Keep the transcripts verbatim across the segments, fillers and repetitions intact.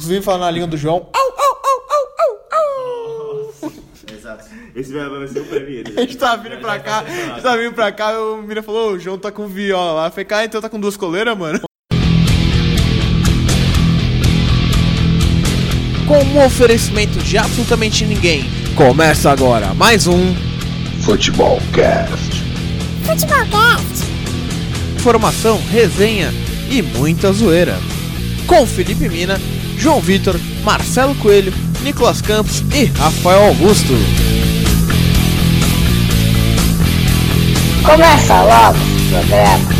Inclusive, falando na língua do João. Au, au, au, au, au. Exato. Esse vai ser o primeiro. A gente tava vindo pra cá, a gente tava vindo pra cá e o menino falou, o João tá com viola lá. Eu falei, cara, então tá com duas coleiras, mano. Com um oferecimento de absolutamente ninguém, começa agora mais um Futebolcast. Futebolcast. Informação, resenha e muita zoeira. Com Felipe Mina, João Vitor, Marcelo Coelho, Nicolas Campos e Rafael Augusto. Começa logo o programa.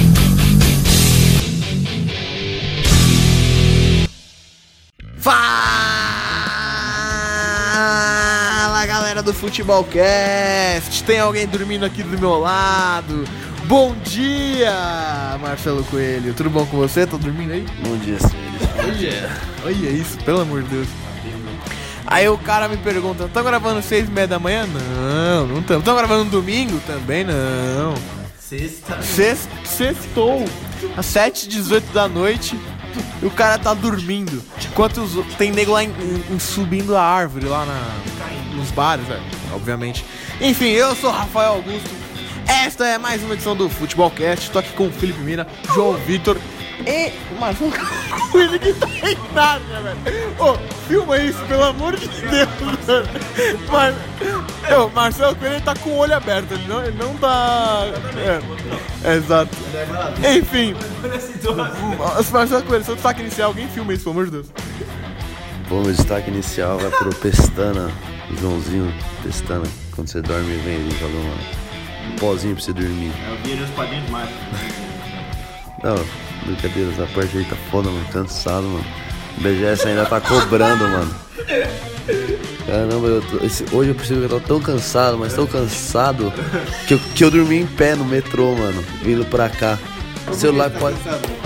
Fala, galera do Futebolcast. Tem alguém dormindo aqui do meu lado? Bom dia, Marcelo Coelho. Tudo bom com você? Tá dormindo aí? Bom dia, senhores. Olha, olha isso, pelo amor de Deus. Aí o cara me pergunta, tá gravando seis e meia da manhã? Não, não estamos. Tá gravando no domingo? Também não. Sexta. Sexta, sextou. Às sete e dezoito da noite. E o cara tá dormindo. Enquanto os, tem nego lá em, em, em subindo a árvore lá na, nos bares, velho. Obviamente. Enfim, eu sou Rafael Augusto. Esta é mais uma edição do Futebolcast. Tô aqui com o Felipe Mina, João Vitor e o Marcelo Coelho que tá em nada, velho. Ô, filma isso, pelo amor de Deus, mano. Mas, eu, Marcelo Coelho tá com o olho aberto, ele não, ele não tá. É, é exato. Enfim, Marcelo Coelho, seu destaque inicial, alguém filma isso, pelo amor de Deus. Bom, meu destaque inicial vai pro Pestana, Joãozinho Pestana. Quando você dorme, vem ele joga uma. Um pozinho pra você dormir. Eu vi os padrinhos mágicos. Não, brincadeira, essa parte aí tá foda, mano. Cansado, mano. O B G S ainda tá cobrando, mano. Caramba, eu tô, esse, hoje eu percebi que eu tô tão cansado, mas tão cansado que eu, que eu dormi em pé no metrô, mano. Vindo pra cá. O celular pode.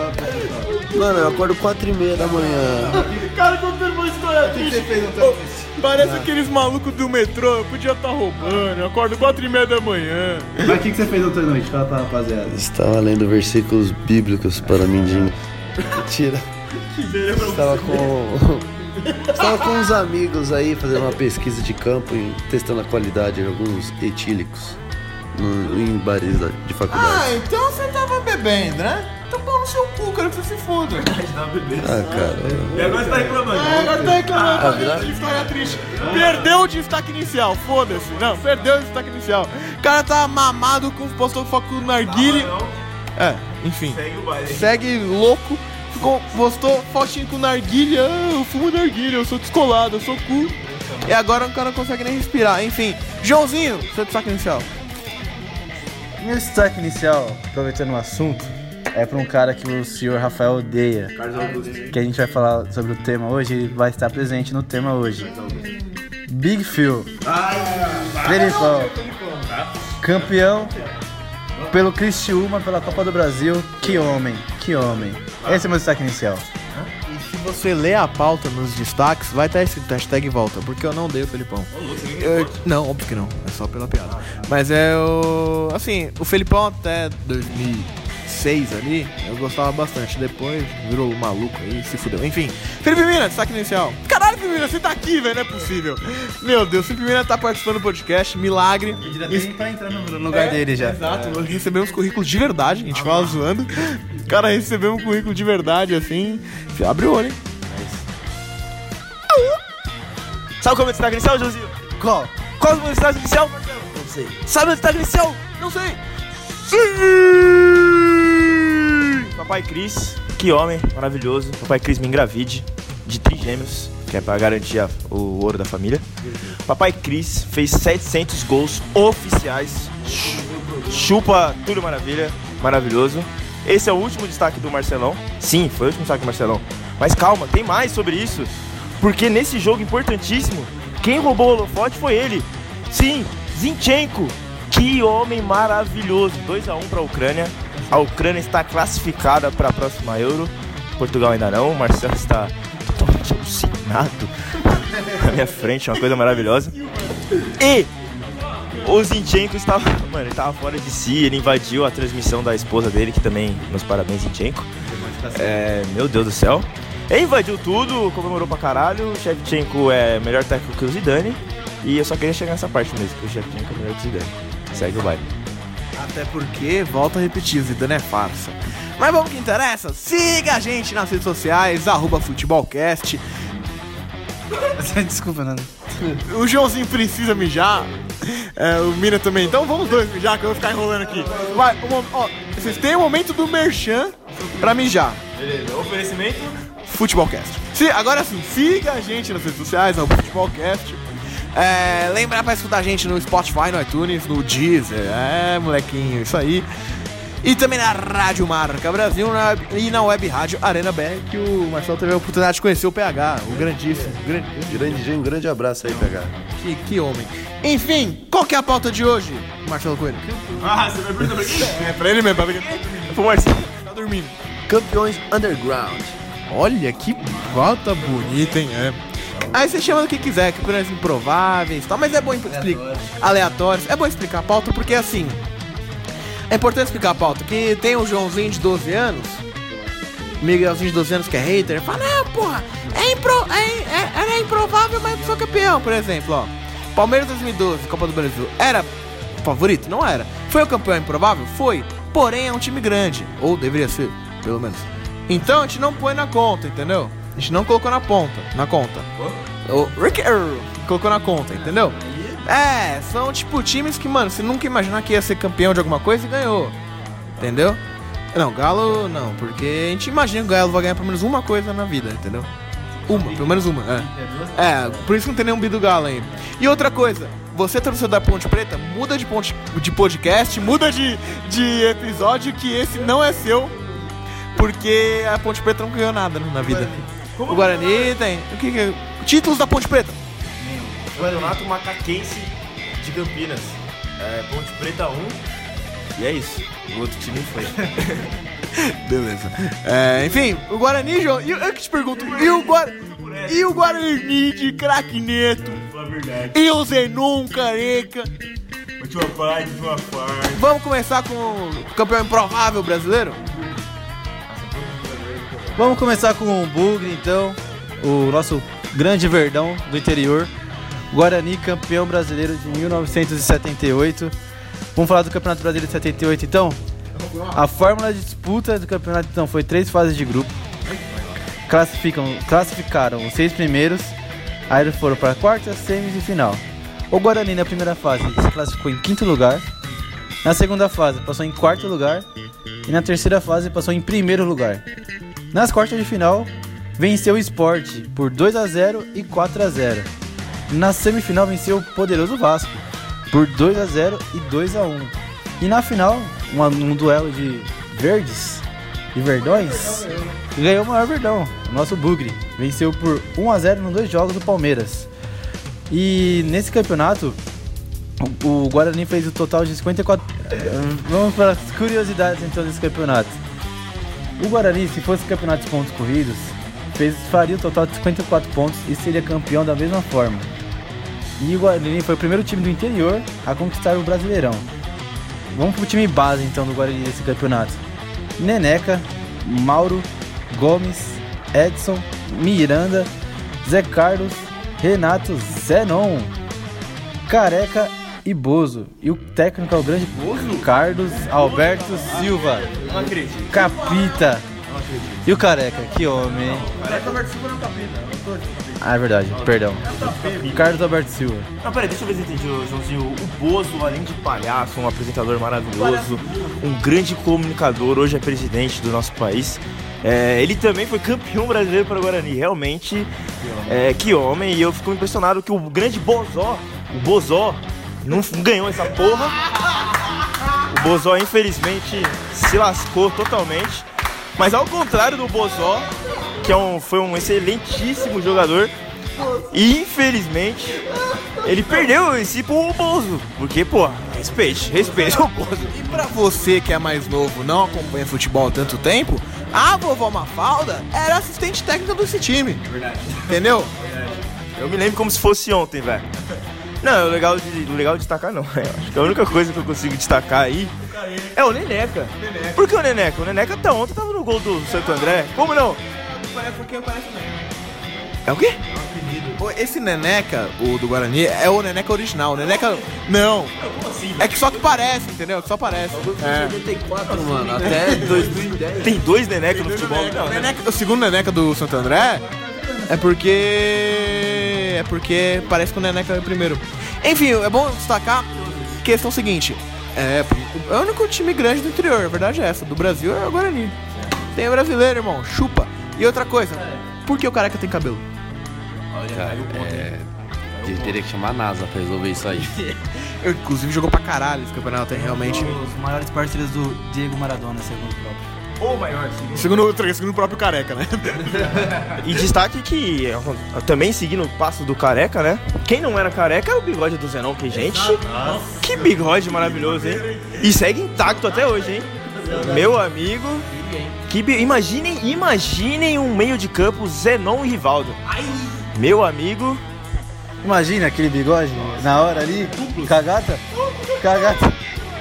Mano, eu acordo quatro e meia da manhã. Cara, confirmou a história triste. Parece aqueles malucos do metrô, eu podia estar roubando, eu acordo quatro e meia da manhã. Mas o que, que você fez ontem à noite? Fala pra rapaziada. Estava lendo versículos bíblicos para Mindinho. Mentira. Estava com. Estava com uns amigos aí fazendo uma pesquisa de campo e testando a qualidade de alguns etílicos no, em bares de faculdade. Ah, então você tava bebendo, né? Então pau no seu cu, quero que você se foda. Ah, cara. E agora você tá reclamando. É, agora tá reclamando, Ah, tá virá? vendo? História triste. Perdeu o destaque inicial, foda-se. Não, perdeu o destaque inicial. O cara tá mamado, com postou foto com o narguile. É, enfim. Segue o baile. Segue louco. Ficou, postou fotinho com narguilha. Ah, eu fumo narguilha, eu sou descolado, eu sou cu. E agora o cara não consegue nem respirar. Enfim, Joãozinho, seu destaque inicial. Meu destaque inicial, aproveitando o assunto, é para um cara que o senhor Rafael odeia. Carlos Augusto. Que a gente vai falar sobre o tema hoje, ele vai estar presente no tema hoje. Big Phil. Felipão. Campeão pelo Criciúma, pela Copa do Brasil. Que homem, que homem. Esse é meu destaque inicial. E se você ler a pauta nos destaques, vai estar escrito hashtag volta, porque eu não dei o Felipão. Eu, não, óbvio que não, é só pela piada. Mas é o... assim, o Felipão até dois mil e seis ali, eu gostava bastante. Depois virou maluco aí, se fudeu. Enfim, Felipe Mina, destaque inicial. Caralho, Felipe Mina, você tá aqui, velho, não é possível. Meu Deus, Felipe Mina tá participando do podcast, milagre. Ele já tem pra entrar no lugar É, dele já. Exato, nós recebemos currículos de verdade, a gente fala zoando. Cara, recebemos um currículo de verdade, assim. Abre o olho, hein? Sabe qual é o meu destaque inicial, Joãozinho? Qual? Qual é o meu destaque inicial, Marcelo? Não sei. Sabe o meu destaque inicial? Não sei. Papai Cris, que homem maravilhoso. Papai Cris me engravide de trigêmeos, que é pra garantir a- o ouro da família. Papai Cris fez setecentos gols oficiais. Chupa tudo maravilha, maravilhoso. Esse é o último destaque do Marcelão. Sim, foi o último destaque do Marcelão. Mas calma, tem mais sobre isso. Porque nesse jogo importantíssimo, quem roubou o holofote foi ele. Sim, Zinchenko. Que homem maravilhoso. dois a um para a Ucrânia. A Ucrânia está classificada para a próxima Euro. Portugal ainda não. O Marcelo está totalmente alucinado na minha frente. Uma coisa maravilhosa. E o Zinchenko estava... Mano, ele estava fora de si. Ele invadiu a transmissão da esposa dele, que também... Meus parabéns, Zinchenko. É, meu Deus do céu. Ele invadiu tudo, comemorou pra caralho. O Shevchenko é melhor técnico que o Zidane. E eu só queria chegar nessa parte mesmo, que o Shevchenko é melhor que o Zidane. Segue o baile. Até porque, volto a repetir, o Zidane é farsa. Mas vamos que interessa, siga a gente nas redes sociais, arroba futebolcast. Desculpa, Nando. O Joãozinho precisa mijar, é, o Mina também, então vamos dois mijar que eu vou ficar enrolando aqui. Vai, um, ó, vocês têm o momento do merchan pra mijar. Beleza, oferecimento. Futebolcast. Se, agora sim, siga a gente nas redes sociais, arroba futebolcast. É, lembrar pra escutar a gente no Spotify, no iTunes, no Deezer. É, molequinho, isso aí. E também na Rádio Marca Brasil na, e na Web Rádio Arena B R, que o Marcelo teve a oportunidade de conhecer o P H, o grandíssimo. Grande, Grande, um grande abraço aí, P H. que, que homem. Enfim, qual que é a pauta de hoje, Marcelo Coelho? Ah, você vai perguntar pra quem? É pra ele mesmo, pra ver Pro Marcelo. tá dormindo. Campeões Underground. Olha que pauta bonita, hein? É. Aí você chama do que quiser, campeões improváveis e tal, mas é bom explicar. Aleatórios. É bom explicar a pauta porque assim. É importante explicar a pauta, que tem o Joãozinho de doze anos, Miguelzinho de doze anos que é hater, fala, não, porra, é, impro, é, é, era improvável, mas eu sou campeão, por exemplo, ó. Palmeiras dois mil e doze, Copa do Brasil, era favorito? Não era. Foi o campeão improvável? Foi. Porém, é um time grande, ou deveria ser, pelo menos. Então, a gente não põe na conta, entendeu? A gente não colocou na ponta, na conta. O Rick Earl colocou na conta, entendeu? É, são tipo times que, mano, você nunca imaginar que ia ser campeão de alguma coisa e ganhou. Entendeu? Não, Galo não, porque a gente imagina que o Galo vai ganhar pelo menos uma coisa na vida, entendeu? Uma, pelo menos uma, é. É, por isso que não tem nenhum bi do Galo aí. E outra coisa, você torcedor da Ponte Preta, muda de, ponte, de podcast, muda de, de episódio, que esse não é seu, porque a Ponte Preta não ganhou nada na vida. O Guarani tem. O que que é? Títulos da Ponte Preta. Campeonato Macaquense de Campinas. É, Ponte Preta um. E é isso. O outro time foi. Beleza. É, enfim, o Guarani, João. E eu, eu que te pergunto, e o, Guar... e o Guarani de Craque Neto? E o Zenon Careca? Última parte, última parte. Vamos começar com o campeão improvável brasileiro? Vamos começar com o Bugre, então. O nosso grande verdão do interior. Guarani, campeão brasileiro de mil novecentos e setenta e oito. Vamos falar do Campeonato Brasileiro de setenta e oito, então? A fórmula de disputa do campeonato, então, foi três fases de grupo. Classificam, classificaram os seis primeiros. Aí eles foram para a quarta, semis e final. O Guarani, na primeira fase, se classificou em quinto lugar. Na segunda fase, passou em quarto lugar. E na terceira fase, passou em primeiro lugar. Nas quartas de final, venceu o Sport por dois a zero e quatro a zero. Na semifinal, venceu o poderoso Vasco por dois a zero e dois a um. E na final, um, um duelo de verdes e verdões, ganhou o maior verdão, o nosso Bugre. Venceu por um a zero nos dois jogos do Palmeiras. E nesse campeonato, o, o Guarani fez o total de cinquenta e quatro... Vamos para as curiosidades então desse campeonato. O Guarani, se fosse campeonato de pontos corridos, fez, faria o total de cinquenta e quatro pontos e seria campeão da mesma forma. E o Guarani foi o primeiro time do interior a conquistar o Brasileirão. Vamos pro time base então do Guarani nesse campeonato. Neneca, Mauro, Gomes, Edson, Miranda, Zé Carlos, Renato, Zenon, Careca e Bozo. E o técnico é o grande Bozo? Carlos Alberto Silva. Não acredito. Capita. Não acredito. E o Careca, que homem, hein? Careca Alberto Silva não capita. Ah, é verdade, perdão. Carlos Alberto Silva. Não, peraí, deixa eu ver se eu entendi, Joãozinho. O Bozo, além de palhaço, um apresentador maravilhoso, um grande comunicador, hoje é presidente do nosso país. É, ele também foi campeão brasileiro para o Guarani. Realmente, é, que homem. E eu fico impressionado que o grande Bozó, o Bozó, não ganhou essa porra. O Bozó, infelizmente, se lascou totalmente. Mas ao contrário do Bozó, que é um, foi um excelentíssimo jogador, e infelizmente ele perdeu esse pro Bozo. Porque, pô, respeite, respeite o Bozo. E pra você que é mais novo, não acompanha futebol há tanto tempo, a vovó Mafalda era assistente técnica desse time. Verdade. Entendeu? Eu me lembro como se fosse ontem, velho. Não, o legal de, o legal de destacar não. Eu acho que a única coisa que eu consigo destacar aí é o Neneca. Por que o Neneca? O Neneca até ontem tava no gol do Santo André. Como não? parece porque eu pareço Neneca. É o quê? Esse Neneca, o do Guarani, é o Neneca original. O Neneca. Não. É que só que parece, entendeu? Que só parece. É. oitenta e quatro, mano, até dois mil e dez. Tem dois Neneca no futebol. Não, O, né? Neneca, o segundo Neneca do Santo André é porque. É porque parece que o Neneca é o primeiro. Enfim, é bom destacar a questão seguinte: é, é o único time grande do interior, a verdade é essa. Do Brasil é o Guarani. Tem o brasileiro, irmão, chupa. E outra coisa, por que o careca tem cabelo? Cara, é... Ele teria que chamar a NASA pra resolver isso aí. Eu, inclusive, jogou pra caralho esse campeonato, hein, realmente. Os maiores parceiros do Diego Maradona, segundo o próprio. Ou maior, sim. Segundo, segundo o próprio careca, né? E destaque que, também seguindo o passo do careca, né? Quem não era careca era o bigode do Zenon, que, gente, que bigode maravilhoso, hein? E segue intacto até hoje, hein? Meu amigo, que bi... imaginem, imaginem um meio de campo Zenon e Rivaldo. Meu amigo, Imagina aquele bigode na hora ali, cagata, cagata.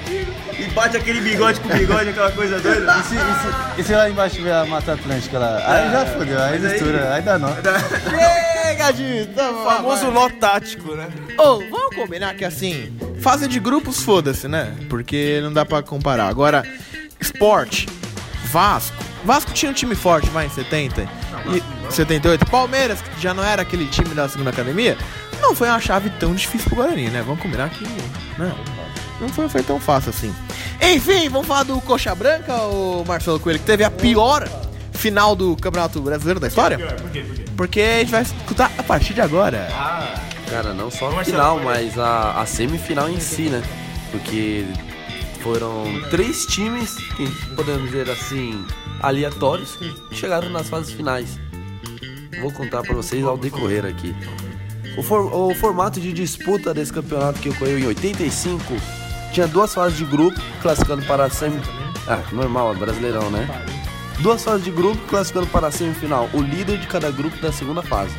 e bate aquele bigode com bigode, aquela coisa doida. E se, e se, e se lá embaixo tiver a Mata Atlântica lá? Aí já fodeu, aí mistura, aí dá nó. Chega de... O famoso nó tático, né? Ô, vamos combinar que assim, fase de grupos, foda-se, né? Porque não dá pra comparar. Agora, esporte, Vasco. Vasco tinha um time forte, vai, em setenta e setenta e oito. Palmeiras, que já não era aquele time da segunda academia, não foi uma chave tão difícil pro Guarani, né? Vamos combinar que não, não foi, foi tão fácil assim. Enfim, vamos falar do Coxa Branca, o Marcelo Coelho, que teve a pior final do Campeonato Brasileiro da história. Por quê? Por quê? Porque a gente vai escutar a partir de agora. Cara, não só no final, mas a, a semifinal em si, né? Porque foram três times, que podemos dizer assim, aleatórios, que chegaram nas fases finais. Vou contar pra vocês ao decorrer aqui. O, for, o formato de disputa desse campeonato, que ocorreu em oitenta e cinco, tinha duas fases de grupo, classificando para a semi... Ah, normal, é brasileirão, né? Duas fases de grupo, classificando para a semifinal, o líder de cada grupo da segunda fase.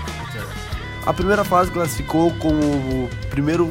A primeira fase classificou com o primeiro...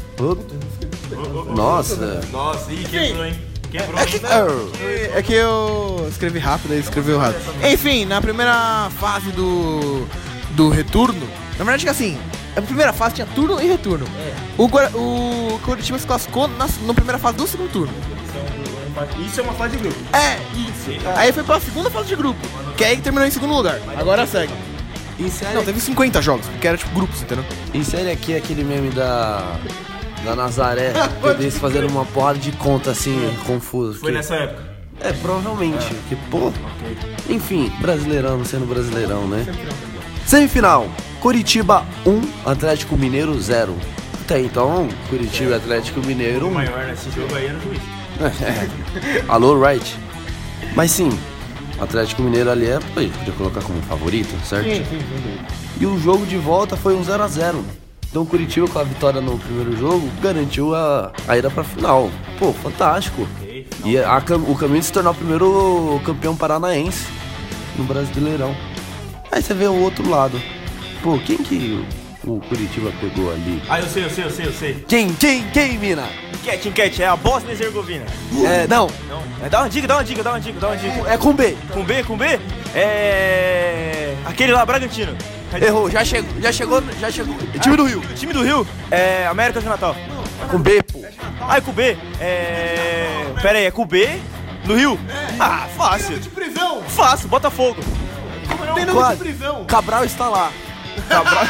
Nossa! Nossa, ih, quebrou, hein? Quebrou, É que, é que eu escrevi rápido, aí escreveu rápido. Enfim, na primeira fase do, do retorno, na verdade que assim, a primeira fase tinha turno e retorno. O, Guara- o Coritiba se classificou na, na primeira fase do segundo turno. Isso é uma fase de grupo. É, isso. Aí foi pra segunda fase de grupo, que aí que terminou em segundo lugar. Agora segue. Em série, Não, teve cinquenta jogos, porque era tipo grupos, entendeu? em série aqui, aquele meme da... Da Nazaré, que eu disse fazendo uma porrada de conta assim, confusa. Foi que- nessa época. É, provavelmente. Que, pô. Enfim, brasileirão sendo brasileirão, né? Semifinal: Coritiba um, Atlético Mineiro zero. Até então, Coritiba e Atlético Mineiro O um. maior nesse jogo aí era o juiz. Alô, right? Mas sim, Atlético Mineiro ali é. Pô, podia colocar como favorito, certo? E o jogo de volta foi um zero a zero. Então o Coritiba, com a vitória no primeiro jogo, garantiu a, a ida pra final. Pô, fantástico. E a cam- o caminho de se tornar o primeiro campeão paranaense no Brasileirão. Aí você vê o outro lado. Pô, quem que o Coritiba pegou ali? Ah, eu sei, eu sei, eu sei, eu sei. Quem, quem, quem, mina? Enquete, enquete, é a Bósnia e Herzegovina. É, não, Não, é, dá uma dica, dá uma dica, dá uma dica, dá uma dica. é com B. Com B, com B? É... Aquele lá, Bragantino. Errou, já chegou, já chegou, já chegou. Time do Rio. Time do Rio, é... América de Natal. Com B, pô. Ah, é com B? É... Pera aí, é com B no Rio? Ah, fácil. Prisão! Fácil, Botafogo. Tem Quase. prisão! Cabral está lá. Cabral.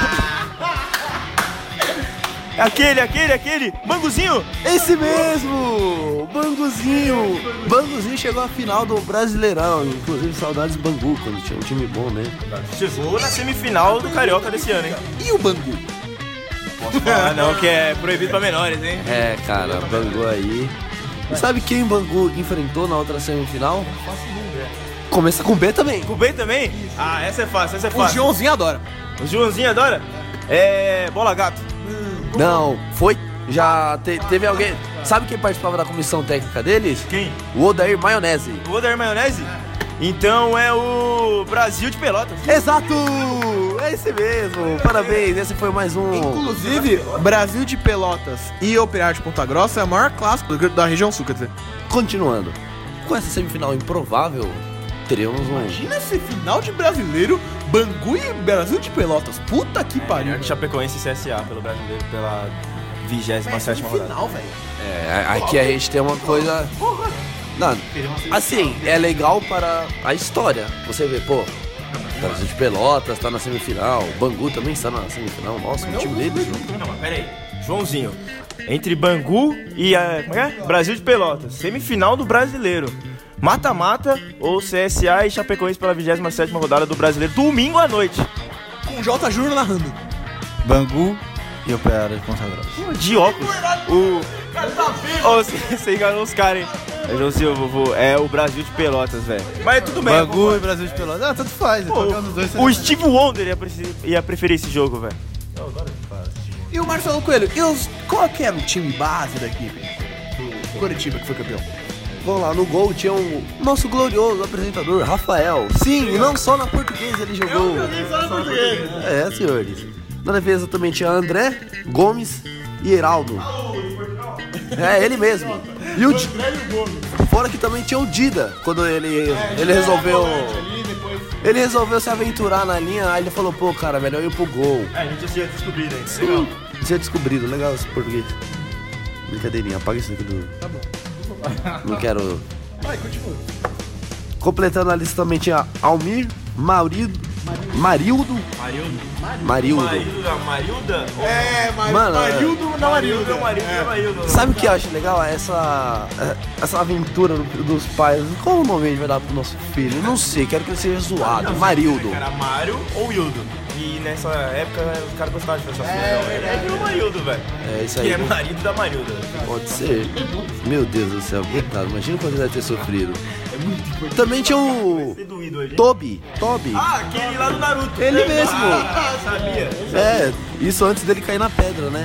Aquele, aquele, aquele. Manguzinho. Esse mesmo! Banguzinho! Banguzinho chegou à final do Brasileirão. Inclusive, saudades do Bangu, quando tinha um time bom, né? Chegou na semifinal do Carioca desse ano, hein? E o Bangu? Ah, não, que é proibido pra menores, hein? É, cara, Bangu aí. E sabe quem o Bangu enfrentou na outra semifinal? Começa com B também. Com B também? Ah, essa é fácil, essa é O fácil. Joãozinho adora. O Joãozinho adora? É... Bola Gato. Não, foi. Já te- teve alguém. Sabe quem participava da comissão técnica deles? Quem? O Odair Maionese. O Odair Maionese? Então é o Brasil de Pelotas. Exato! É esse mesmo. Parabéns, esse foi mais um. Inclusive, Brasil de Pelotas e Operário de Ponta Grossa é o maior clássico do- da região sul, quer dizer. Continuando. Com essa semifinal improvável, teríamos um... Imagina esse final de brasileiro, Bangu e Brasil de Pelotas. Puta que pariu. De Chapecoense e C S A pelo brasileiro, pela vigésima sétima rodada. Final, velho. É, aqui a gente tem uma coisa... Não, assim, é legal para a história. Você vê, pô, Brasil de Pelotas tá na semifinal, o Bangu também está na semifinal. Nossa, o time deles. Não, mas peraí. Joãozinho, entre Bangu e a, como é? Brasil de Pelotas, semifinal do brasileiro. Mata-mata ou C S A e Chapecoense pela vigésima sétima rodada do brasileiro, domingo à noite. Com o J. Júnior narrando. Bangu e Operário de Ponta Grossa. De óculos. O... Ô, você enganou os caras, hein? É, Joãozinho, vovô, é o Brasil de Pelotas, velho. Mas tudo bem. Bangu e Brasil de Pelotas. Ah, tanto faz. Pô, qualquer um dos dois, o Steve Wonder ia, pre- ia preferir esse jogo, velho. E o Marcelo Coelho, e os, qual que era o time base da equipe? Do Coritiba, que foi campeão. Vamos lá, no gol tinha o nosso glorioso apresentador, Rafael. Sim, e não só na portuguesa ele jogou. só na portuguesa. É, senhores. Na defesa também tinha André, Gomes e Heraldo. É, ele mesmo. E o Di- Fora que também tinha o Dida, quando ele, ele resolveu... Ele resolveu se aventurar na linha, aí ele falou, pô, cara, melhor ir pro gol. É, a gente tinha descobrido aí. Sim, tinha descobrido, legal esse português. Brincadeirinha, apaga isso aqui do... Tá bom. Não quero... Vai, continua. Completando a lista também tinha Almir, Maurido, Marildo, Marildo. Marildo. Marilda, Marilda? É, mas Mano, Marildo na Marilda. Marilda, Marilda. Sabe o que eu acho legal? Essa, essa aventura dos pais. Qual o nome a gente vai dar pro nosso filho? Não sei, quero que ele seja zoado. Marildo. Era Mário ou Wildo. E nessa época os caras gostavam de fazer essa fusão. É, é, virou Marildo, velho. É isso Que aí. é marido da Marilda. Pode ser. Meu Deus do céu, coitado. Imagina quando ele deve ter sofrido. Também tinha o Você doído hoje, hein? Tobi. Tobi. Ah, aquele lá do Naruto. Ele mesmo. Ah, sabia. É, isso antes dele cair na pedra, né?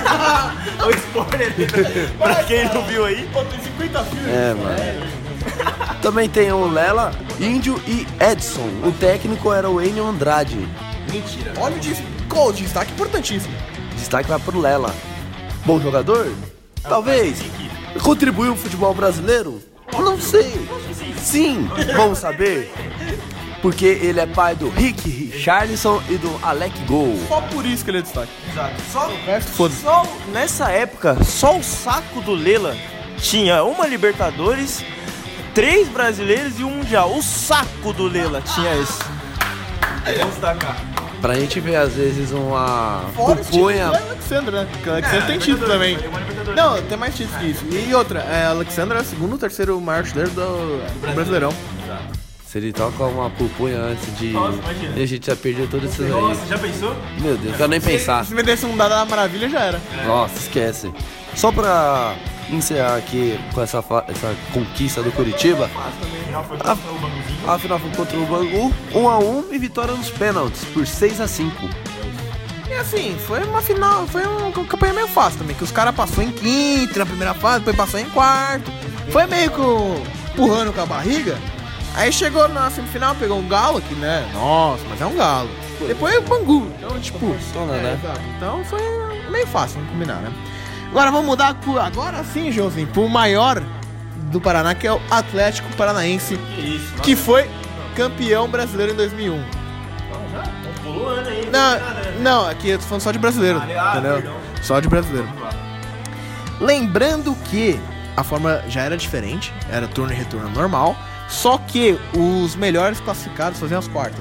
O spoiler. Pra quem não viu aí. Pô, tem cinquenta filhos. É, mano. Também tem o Lela, Índio e Edson. O técnico era o Enio Andrade. Mentira. Olha o dis- qual o destaque importantíssimo. Destaque vai pro Lela. Bom jogador? Talvez. Contribuiu no futebol brasileiro? Não sei. Sim, vamos saber. Porque ele é pai do Rick Richarlison e do Alec Gol. Só por isso que ele é destaque. Exato. Só, resto, foda-se. só nessa época, só o saco do Lela tinha uma Libertadores, três brasileiros e um Mundial. O saco do Lela tinha esse. Vamos destacar. Pra gente ver, às vezes, uma Fora os títulos pupunha. do Alexandre, né? Porque o Alexandre tem título também. Não, tem mais títulos que isso. E outra, é, Alexandre é o segundo ou terceiro maior artilheiro do, do Brasileirão. Se ele toca uma pupunha antes de... Nossa, imagina. E a gente já perdeu todos esses aí. Nossa, já pensou? Meu Deus, não quero nem pensar. Se me desse um dado da maravilha, já era. Nossa, esquece. Só pra encerrar aqui com essa, fa- essa conquista do Curitiba, Afinal foi Ah. o Banguzinho. a final foi contra o Bangu, um a um e vitória nos pênaltis, por seis a cinco. E assim, foi uma final, foi uma campanha meio fácil também, que os caras passou em quinto na primeira fase, depois passou em quarto. Foi meio que um empurrando com a barriga. Aí chegou na semifinal, pegou um galo, que né, nossa, mas é um galo. Depois o Bangu, então tipo, né? é, exato. Então foi meio fácil, vamos combinar, né? Agora vamos mudar, pro, agora sim, Joãozinho, pro maior do Paraná, que é o Atlético Paranaense, Que isso, que foi campeão brasileiro em dois mil e um. pulou ano aí. Não, não, aqui eu tô falando só de brasileiro, Ah, entendeu? perdão. Só de brasileiro. Lembrando que a forma já era diferente, era turno e retorno normal, só que os melhores classificados faziam as quartas.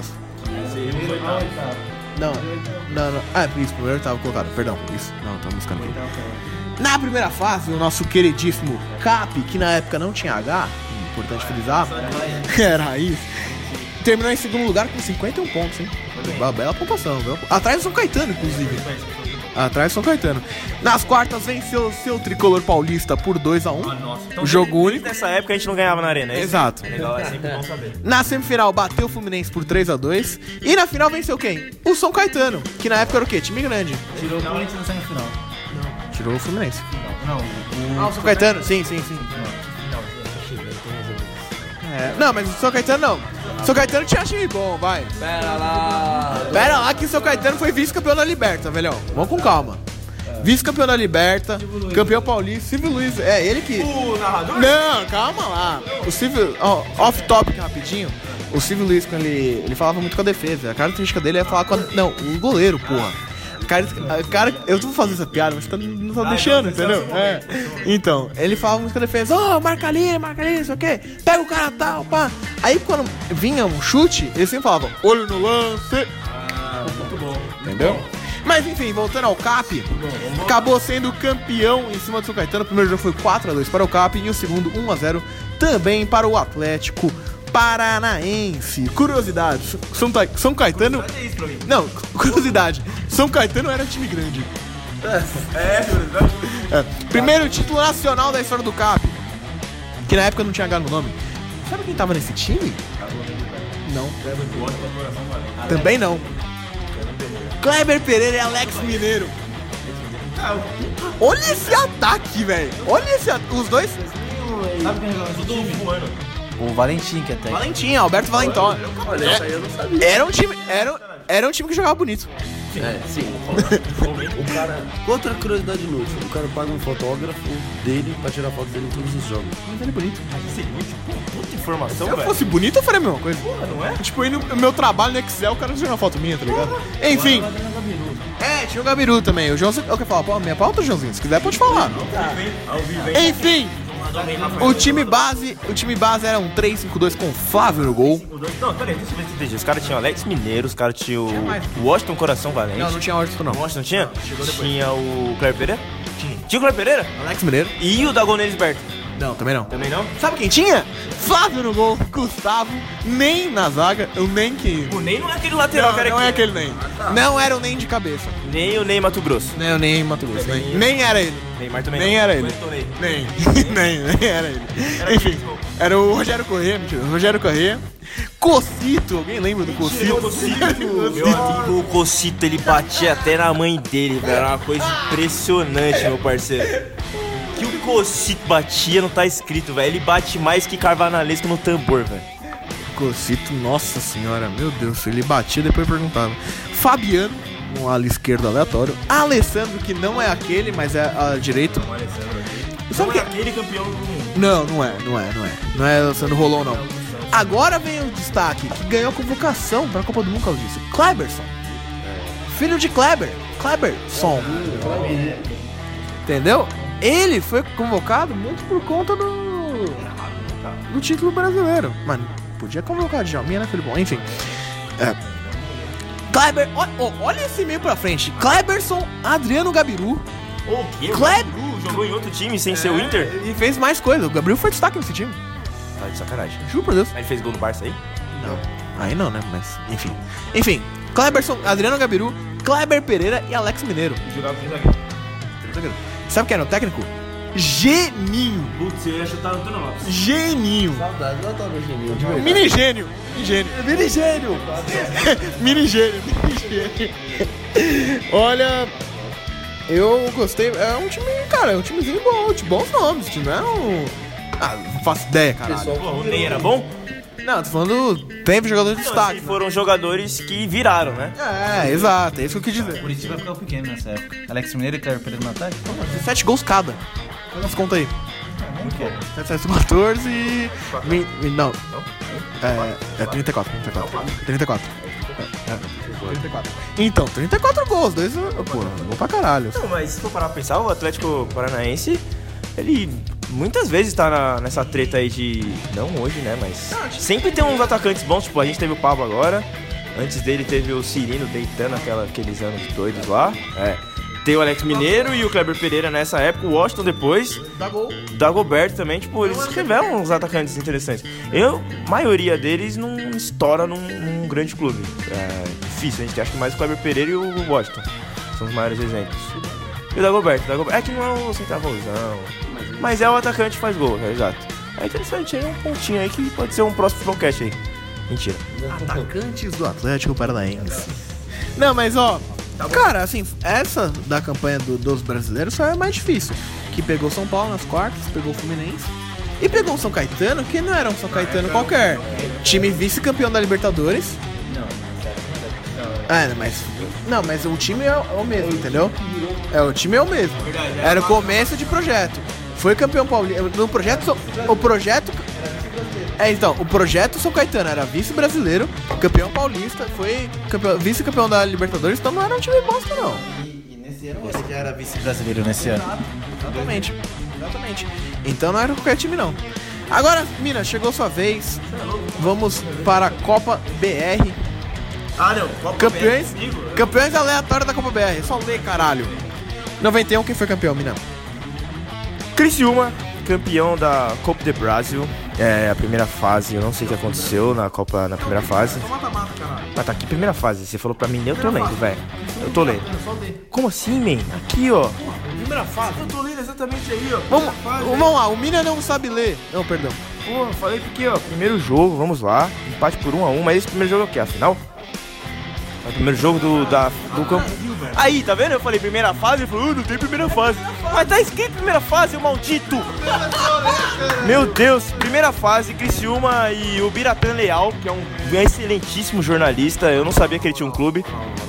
Não, não, não. Ah, é isso, primeiro tava colocado, perdão, isso. Não, tava buscando aqui. Na primeira fase, o nosso queridíssimo Cap, que na época não tinha H, importante frisar, era isso, terminou em segundo lugar com cinquenta e um pontos, hein? Uma bela pontuação, viu? Atrás do São Caetano, inclusive. Atrás do São Caetano. Nas quartas, venceu o seu tricolor paulista por dois a um. Nossa, então Jogo desde- único. Nessa época a gente não ganhava na arena, é isso? Exato. É legal, é sempre bom saber. Na semifinal, bateu o Fluminense por três a dois. E na final, venceu quem? O São Caetano, que na época era o quê? Time grande. Tirou o Corinthians na semifinal. Tirou o Fluminense. Não, Ah, o São Caetano? Sim, sim, sim. É, não, mas o São Caetano não. O São Caetano tinha time bom, vai. Pera lá. Pera lá que o São Caetano foi vice-campeão da Liberta, velhão. Vamos com calma. Vice-campeão da Liberta, campeão paulista, Silvio Luiz, é ele que... O narrador? Não, calma lá. O Silvio, ó, off-topic rapidinho, o Silvio Luiz, quando ele, ele falava muito com a defesa, a característica dele é falar com a... Não, o goleiro, porra. Cara, cara, eu tô fazendo essa piada, mas tá, não tá deixando, entendeu? É. Então, ele falava muito com a defesa, ó, oh, marca ali, marca ali, não sei o quê, pega o cara tal, pá. Aí quando vinha um chute, ele sempre falava, olho no lance. Ah, muito bom. Entendeu? Mas enfim, voltando ao Cap, acabou sendo campeão em cima do São Caetano. O primeiro jogo foi quatro a dois para o Cap e o segundo um a zero também para o Atlético Paranaense. Curiosidade, São, Ta... São Caetano... É isso pra mim. Não, curiosidade, São Caetano era time grande. É, curiosidade. É. Primeiro título nacional da história do Cap, que na época não tinha H no nome. Sabe quem tava nesse time? Não. Também não. Kleber Pereira e Alex Mineiro. Olha esse ataque, velho. Olha esse ataque. Os dois. Sabe quem jogava nesse time? Voando. O Valentim, que até. Valentim, Alberto Valentim. Olha, isso aí eu não sabia. Era um time. Era, era um time que jogava bonito. É, sim. O cara. Outra curiosidade inútil: o cara paga um fotógrafo dele pra tirar foto dele em todos os jogos. Mas ele é bonito. Isso é muito, pô, puta informação, Se eu velho. fosse bonito, eu faria a mesma coisa. Porra, não é? Tipo, aí no meu trabalho no Excel, o cara tirou uma foto minha, tá ligado? Enfim. É, tinha o Gabiru também. O Joãozinho. Eu quero falar, pô, minha pauta, Joãozinho. Se quiser, pode falar. Ao vivo, hein? Enfim. O time base, o time base era um três cinco dois com Flávio no gol. Não, peraí, deixa eu ver se entendi. Os caras tinham Alex Mineiro, os caras tinham Tinha mais. o Washington Coração Valente. Não, não tinha Washington, não. O Washington tinha? Tinha o Kleber Pereira? Tinha. Tinha o Kleber Pereira? Alex Mineiro. E o Dagonelis Berto? Não, também não. Também não? Sabe quem tinha? Flávio no gol, Gustavo, nem na zaga, o nem que... O Ney não é aquele lateral, Não, cara. não é aquele nem. Não era o nem de cabeça. Nem o Ney Mato Grosso. Nem o nem Mato Grosso. Nem, nem era ele. Neymar também Nem não. era ele. Aguentou Ney. Nem. nem, nem era ele. Enfim, era o Rogério Corrêa, mentira. O Rogério Corrêa. Cocito, alguém lembra do Cocito? Meu amigo, o Cocito, ele batia até na mãe dele, velho. Era uma coisa impressionante, meu parceiro. Que o Cocito batia não tá escrito, velho. Ele bate mais que carnavalesco no tambor, velho. Cocito, nossa senhora, meu Deus, ele batia e depois perguntava. Fabiano, um ala esquerdo aleatório. Alessandro, que não é aquele, mas é a direito. Sabe que... aquele campeão do mundo. Não, não é, não é, não é. Não é Alessandro Rolon, não. Agora vem o destaque, que ganhou a convocação pra Copa do Mundo, como eu disse. Kleberson. Filho de Kleber. Kleberson. Entendeu? Ele foi convocado muito por conta do... do título brasileiro. Mano, podia convocar de Djalminha, né, Felipão? Enfim. É. Kleber... Olha, olha esse meio pra frente. Kleberson, Adriano Gabiru. O quê? Kleber... Jogou em outro time sem ser o Inter? E fez mais coisa. O Gabriel foi destaque nesse time. Tá de sacanagem. Juro por Deus. Aí ele fez gol no Barça aí? Não. Aí não, né? Mas, enfim. Enfim, Kleberson, Adriano Gabiru, Kleber Pereira e Alex Mineiro. Jogava de zagueiro. Sabe quem era o técnico? Geninho. Putz, eu ia chutar o Antônio Lopes. Geninho. Saudade, eu adoro o Geninho. de verdade. Mini gênio. Mini gênio. Mini gênio. Mini gênio. Mini gênio. Olha, eu gostei. É um time, cara, é um timezinho bom, de bons nomes. Não é um... Ah, não faço ideia, caralho. Pô, o Ney era bom? Não, tô falando... Teve jogador de Não, destaque. se foram jogadores que viraram, né? É, exato. É isso que eu quis dizer. Curitiba ficava pequeno nessa época. Alex Mineiro e Kleber Pereira no ataque? dezessete gols cada. Quantas conta aí? sete, sete, quatorze e... Mi, mi, não. É, é trinta e quatro, trinta e quatro. trinta e quatro. É, é, trinta e quatro. Então, trinta e quatro gols. Dois, pô, gol pra caralho. Não, mas se for parar pra pensar, o Atlético Paranaense, ele muitas vezes tá na, nessa treta aí de... Não hoje, né, mas... Sempre tem uns atacantes bons, tipo, a gente teve o Pablo agora. Antes dele teve o Cirino deitando aquela, aqueles anos doidos lá. É. Tem o Alex Mineiro e o Kleber Pereira nessa época, o Washington depois. Dá gol. Dagoberto também, tipo, eles revelam uns atacantes interessantes. Eu, a maioria deles não estoura num, num grande clube. É difícil, a gente acha que mais o Kleber Pereira e o Washington são os maiores exemplos. E o Dagoberto, Dagoberto é que não é o centroavantão, mas é o atacante que faz gol, é exato. É interessante, é um pontinho aí que pode ser um próximo Flowcast aí. Mentira. Atacantes do Atlético Paranaense. Não, mas ó... Cara, assim, essa da campanha do- dos brasileiros só é mais difícil. Que pegou São Paulo nas quartas, pegou o Fluminense. E pegou o São Caetano, que não era um São Caetano qualquer. Time vice-campeão da Libertadores. Não, Ah, mas. Não, mas o time é o mesmo, entendeu? É, o time é o mesmo. Era o começo de projeto. Foi campeão paulista. No projeto. O projeto. É, então, o projeto São Caetano era vice-brasileiro, campeão paulista, foi campeão, vice-campeão da Libertadores, então não era um time bosta, não. E, e nesse ano você já era vice-brasileiro nesse ano. Exatamente. Exatamente. Então não era qualquer time, não. Agora, Minas, chegou sua vez. Vamos para a Copa B R. Ah, não. Copa Campeões, B R comigo? campeões aleatórios da Copa B R. Só lê, caralho. noventa e um, quem foi campeão, Minas? Criciúma, campeão da Copa do Brasil. É a primeira fase, eu não sei o que aconteceu na Copa na primeira fase. Mas tá aqui, primeira fase. Você falou pra mim, eu tô lendo, velho. Eu tô lendo. Como assim, man? Aqui, ó. Primeira fase. Eu tô lendo exatamente aí, ó. Vamos, vamos lá, o Minas não sabe ler. Não, perdão. Pô, falei porque, ó, primeiro jogo, vamos lá. Empate por um a um, mas esse primeiro jogo é o quê? A final? É o primeiro jogo do, da, do campo. Aí, tá vendo? Eu falei primeira fase, ele falou, uh, não tem primeira fase. Mas tá escrito primeira fase, o maldito! Meu Deus, primeira fase, Criciúma e o Biratã Leal, que é um excelentíssimo jornalista. Eu não sabia que ele tinha um clube.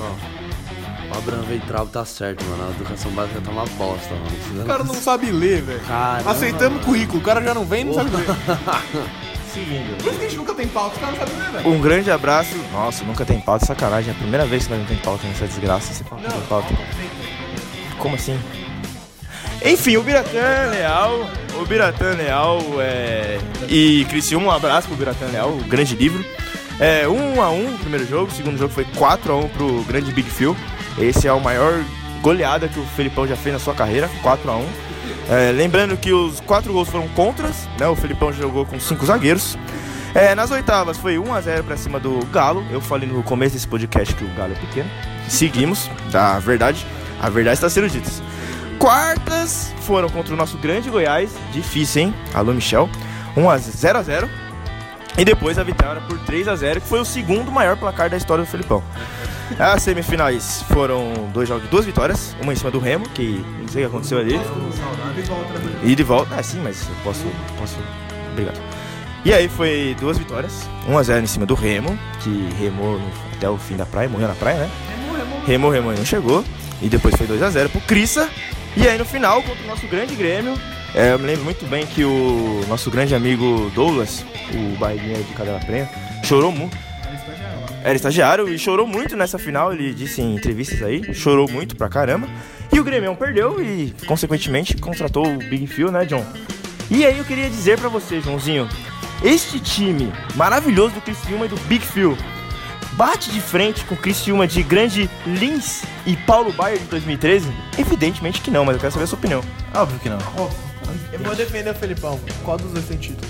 O Abraham Veitraub tá certo, mano. A educação básica tá uma bosta, mano. O cara não sabe ler, velho. Aceitamos o currículo, o cara já não vem e não sabe ler. Seguindo. Por isso que a gente nunca tem pauta, os caras não sabem ler, velho. Um grande abraço. Nossa, nunca tem pauta, sacanagem. É a primeira vez que nós não tem pauta nessa desgraça. Você fala que tem pauta. Como assim? Enfim, o Biratã Leal. O Biratã Leal é... e Criciúma, um abraço pro Biratã Leal, o grande livro. É um a um o primeiro jogo, o segundo jogo foi quatro a um pro grande Big Phil. Esse é o maior goleada que o Felipão já fez na sua carreira, quatro a um. É, lembrando que os quatro gols foram contras, né? O Felipão jogou com cinco zagueiros. É, nas oitavas foi um a zero pra cima do Galo. Eu falei no começo desse podcast que o Galo é pequeno. Seguimos, da verdade. A verdade está sendo dita. Quartas foram contra o nosso grande Goiás. Difícil, hein? Alô, Michel. um a zero a zero. E depois a vitória por três a zero, que foi o segundo maior placar da história do Felipão. As semifinais foram dois jogos, duas vitórias. Uma em cima do Remo, que não sei o que aconteceu ali. E de volta. Ah, sim, mas eu posso... posso... Obrigado. E aí foi duas vitórias. um a zero em cima do Remo, que remou até o fim da praia, morreu na praia, né? Remo, Remo e não chegou. E depois foi dois a zero pro Crissa. E aí no final, contra o nosso grande Grêmio, é, eu me lembro muito bem que o nosso grande amigo Douglas, o barriguinha de Cadela Prenha, chorou muito. Era estagiário e chorou muito nessa final, ele disse em entrevistas aí, chorou muito pra caramba. E o Grêmio perdeu e, consequentemente, contratou o Big Phil, né, John? E aí eu queria dizer pra você, Joãozinho, este time maravilhoso do Criciúma e do Big Phil bate de frente com o Criciúma de grande Lins e Paulo Baier de dois mil e treze? Evidentemente que não, mas eu quero saber a sua opinião. Óbvio que não. Eu vou defender o Felipão. Qual dos dois tem título?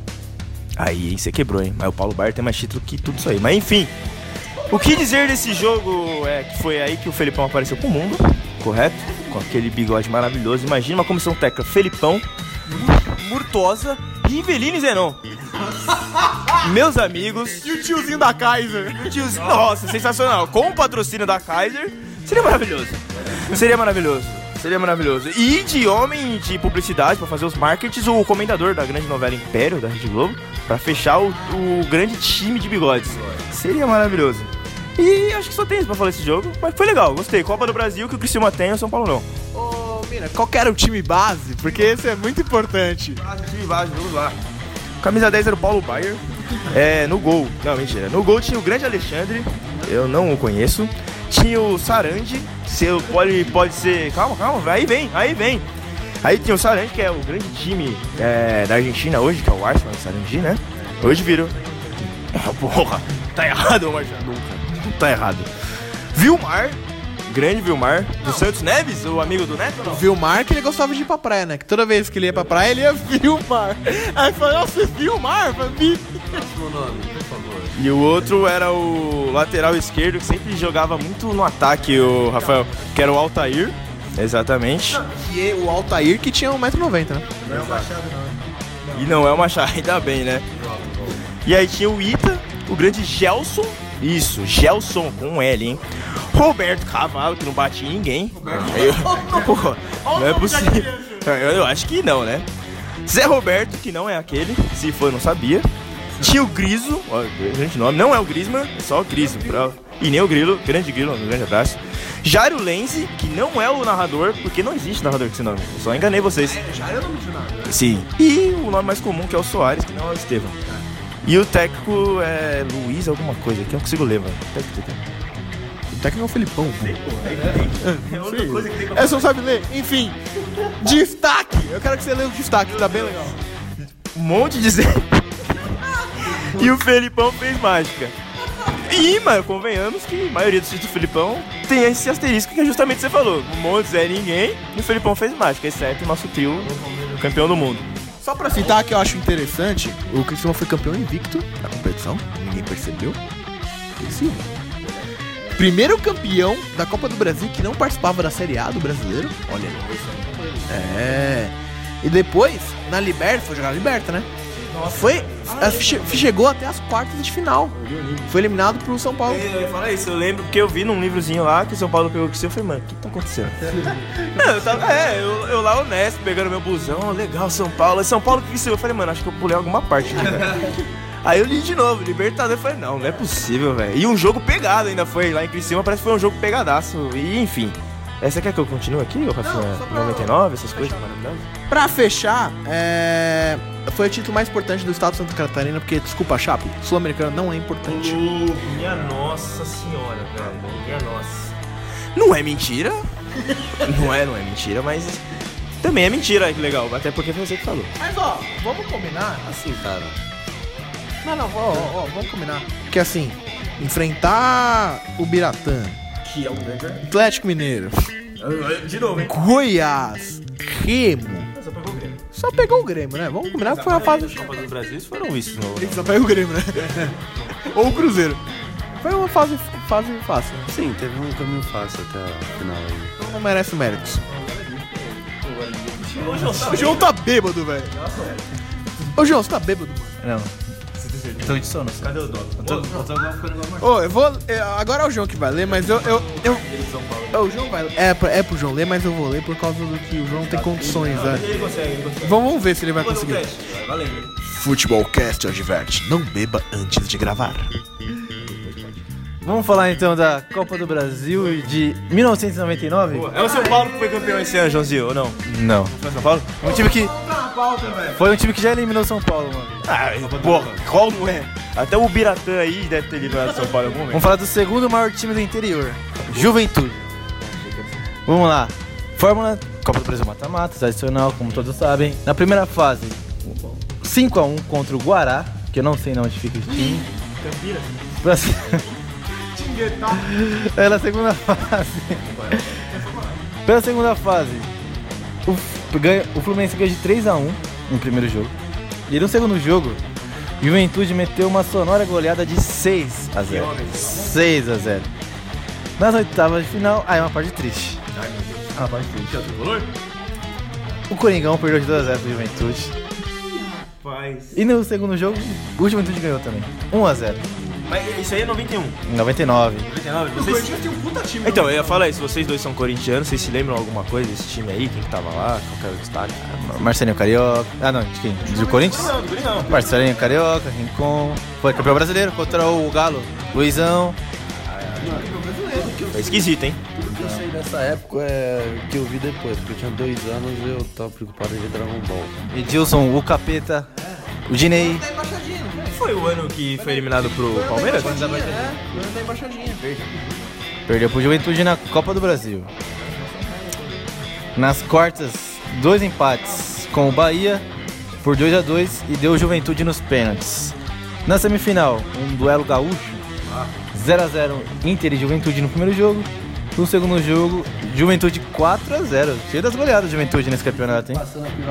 Aí, você quebrou, hein? Mas o Paulo Baier tem mais título que tudo isso aí. Mas enfim, o que dizer desse jogo é que foi aí que o Felipão apareceu pro mundo, correto? Com aquele bigode maravilhoso. Imagina uma comissão técnica, Felipão, Murtosa, Rivelino e Zenon. Meus amigos. E o tiozinho da Kaiser? O tiozinho, nossa, sensacional. Com o patrocínio da Kaiser, seria maravilhoso. Seria maravilhoso. Seria maravilhoso. E de homem de publicidade pra fazer os marketings, o comendador da grande novela Império, da Rede Globo, pra fechar o, o grande time de bigodes. Seria maravilhoso. E acho que só tem isso pra falar desse jogo, mas foi legal, gostei. Copa do Brasil, que o Criciúma tem, o São Paulo não. Ô, Mina, qual que era o time base? Porque esse é muito importante. Base, time base, vamos lá. Camisa dez era o Paulo Baier. É, no gol, não, mentira. No gol tinha o grande Alexandre, eu não o conheço. Tinha o Sarandi, seu, pode, pode ser... Calma, calma, aí vem, aí vem. Aí tinha o Sarandi, que é o grande time é, da Argentina hoje, que é o Arsenal, o Sarandi, né? Hoje virou... Porra, tá errado, Marcelo. Nunca, tá errado. Vilmar, grande Vilmar, do Santos Neves, o amigo do Neto, não? O Vilmar, que ele gostava de ir pra praia, né? Que toda vez que ele ia pra praia, ele ia Vilmar. Aí falou, nossa, Vilmar? Vi. Meu nome, por favor. E o outro era o lateral esquerdo, que sempre jogava muito no ataque, o Rafael, que era o Altair. Exatamente. E o Altair, que tinha um metro e noventa, né? Não é o Machado, não. E não é o Machado, ainda bem, né? E aí tinha o Ita, o grande Gelson. Isso, Gelson com um L, hein? Roberto Cavalo, que não batia em ninguém. Eu, porra, não é possível. Eu, eu acho que não, né? Zé Roberto, que não é aquele, se for, não sabia. Tinha o Griso, ó, grande nome, não é o Griezmann, é só o Griso. Pra... E nem o Grilo, grande Grilo, um grande abraço. Jairo Lenzi, que não é o narrador, porque não existe narrador com esse nome. Eu só enganei vocês. É, Jairo é o nome de nada. Sim. E o nome mais comum, que é o Soares, que não é o Estevam. E o técnico é Luiz alguma coisa, que eu não consigo ler, mano. O técnico é o Felipão. É outra coisa que tem pra... É, você não sabe ler? Enfim. Destaque! Eu quero que você leia o destaque, tá bem legal. Um monte de zero. E o Felipão fez mágica. E, mano, convenhamos que a maioria dos títulos do Felipão tem esse asterisco que é justamente o que você falou. Um monte de ninguém e o Felipão fez mágica, exceto o nosso trio campeão do mundo. Só pra citar que eu acho interessante, o Criciúma foi campeão invicto da competição, ninguém percebeu. Criciúma. Primeiro campeão da Copa do Brasil que não participava da Série A do Brasileiro. Olha aí. É. E depois, na Liberta, foi jogar na Liberta, né? Foi, a, che, chegou até as quartas de final. Foi eliminado pro São Paulo. Eu ia falar isso, eu lembro porque eu vi num livrozinho lá que o São Paulo pegou o Criciúma. Eu falei, mano, o que tá acontecendo? Não, eu tava, é, eu, eu lá honesto, pegando meu busão, legal, São Paulo. São Paulo que Criciúma. Eu falei, mano, acho que eu pulei alguma parte aqui, velho. Aí eu li de novo, Libertador, eu falei, não, não é possível, velho. E um jogo pegado ainda foi lá em Criciúma, parece que foi um jogo pegadaço. E enfim. Essa quer que eu continue aqui, ô Rafinha? Pra... noventa e nove, essas coisas maravilhosas? Pra fechar, é... foi o título mais importante do estado de Santa Catarina, porque, desculpa, Chapo, Sul-Americano não é importante. Oh, minha nossa senhora, velho. Minha nossa. Não é mentira. Não é, não é mentira, mas também é mentira, que legal. Até porque foi você que falou. Mas, ó, vamos combinar? Assim, cara. Não, não, ó, ó, ó, vamos combinar. Porque, assim, enfrentar o Biratã, Que é o grande. Atlético Mineiro, De novo, hein? Goiás, Remo. Só pegou o Grêmio. Só pegou o Grêmio, né? Vamos combinar que foi uma fase. Os Copas do Brasil foram isso, não. Só pega o Grêmio, né? Ou o Cruzeiro. Foi uma fase, fase fácil. Sim, teve um caminho fácil até a final aí. Não merece méritos. O João tá bêbado, velho. Ô, João, você tá bêbado, mano? Não. Tô de sono. Cadê o Doc? Ô, eu vou. eu- agora é o João que vai ler, mas eu. eu, eu Ô, o João vai ler. É, pra- é pro João ler, mas eu vou ler por causa do que o João não tem condições, né? Ele consegue, ele consegue. Vamos, vamos ver se ele vai conseguir. Valeu. Futebolcast adverte: não beba antes de gravar. Vamos falar então da Copa do Brasil de mil novecentos e noventa e nove? É o São Paulo que foi campeão esse ano, Joãozinho, ou não? Não. Foi o São Paulo? Um time que. Foi um time que já eliminou o São Paulo, mano. Ah, porra, qual não é? Até o Biratã aí deve ter eliminado o São Paulo em algum momento. Vamos falar do segundo maior time do interior, Juventude. Vamos lá. Fórmula Copa do Brasil mata-mata, tradicional, como todos sabem. Na primeira fase, cinco a um contra o Guará, que eu não sei onde fica esse time. Pra... Pela segunda fase. Pela segunda fase, o, F- ganha- o Fluminense ganhou de três a um no primeiro jogo. E no segundo jogo, Juventude meteu uma sonora goleada de seis a zero. seis a zero. Nas oitavas de final, ah, é uma parte triste. É uma parte triste. O Coringão perdeu de dois a zero pro Juventude. Rapaz. E no segundo jogo, o Juventude ganhou também. um a zero. Mas isso aí é noventa e um. Em noventa e nove. noventa e nove? Vocês... tem um puta time. Então, eu ia falar isso, vocês dois são corintianos, vocês se lembram alguma coisa desse time aí? Quem que tava lá? Qual que era o destaque? Marcelinho Carioca. Ah, não, de quem? Do Corinthians? Não, do Guri não. Marcelinho Carioca, Rincon. Foi campeão brasileiro contra o Galo. Luizão. Foi esquisito, hein? O que eu sei dessa época é que eu vi depois, porque eu tinha dois anos e eu tava preocupado em ver Dragon Ball. Edilson, o Capeta. O Dinei. Foi o ano que foi eliminado pro Palmeiras? da embaixadinha. Perdeu pro Juventude na Copa do Brasil. Nas quartas, dois empates com o Bahia por dois a dois e deu Juventude nos pênaltis. Na semifinal, um duelo gaúcho, zero a zero Inter e Juventude no primeiro jogo. No segundo jogo, Juventude quatro a zero. Cheio das goleadas Juventude nesse campeonato, hein?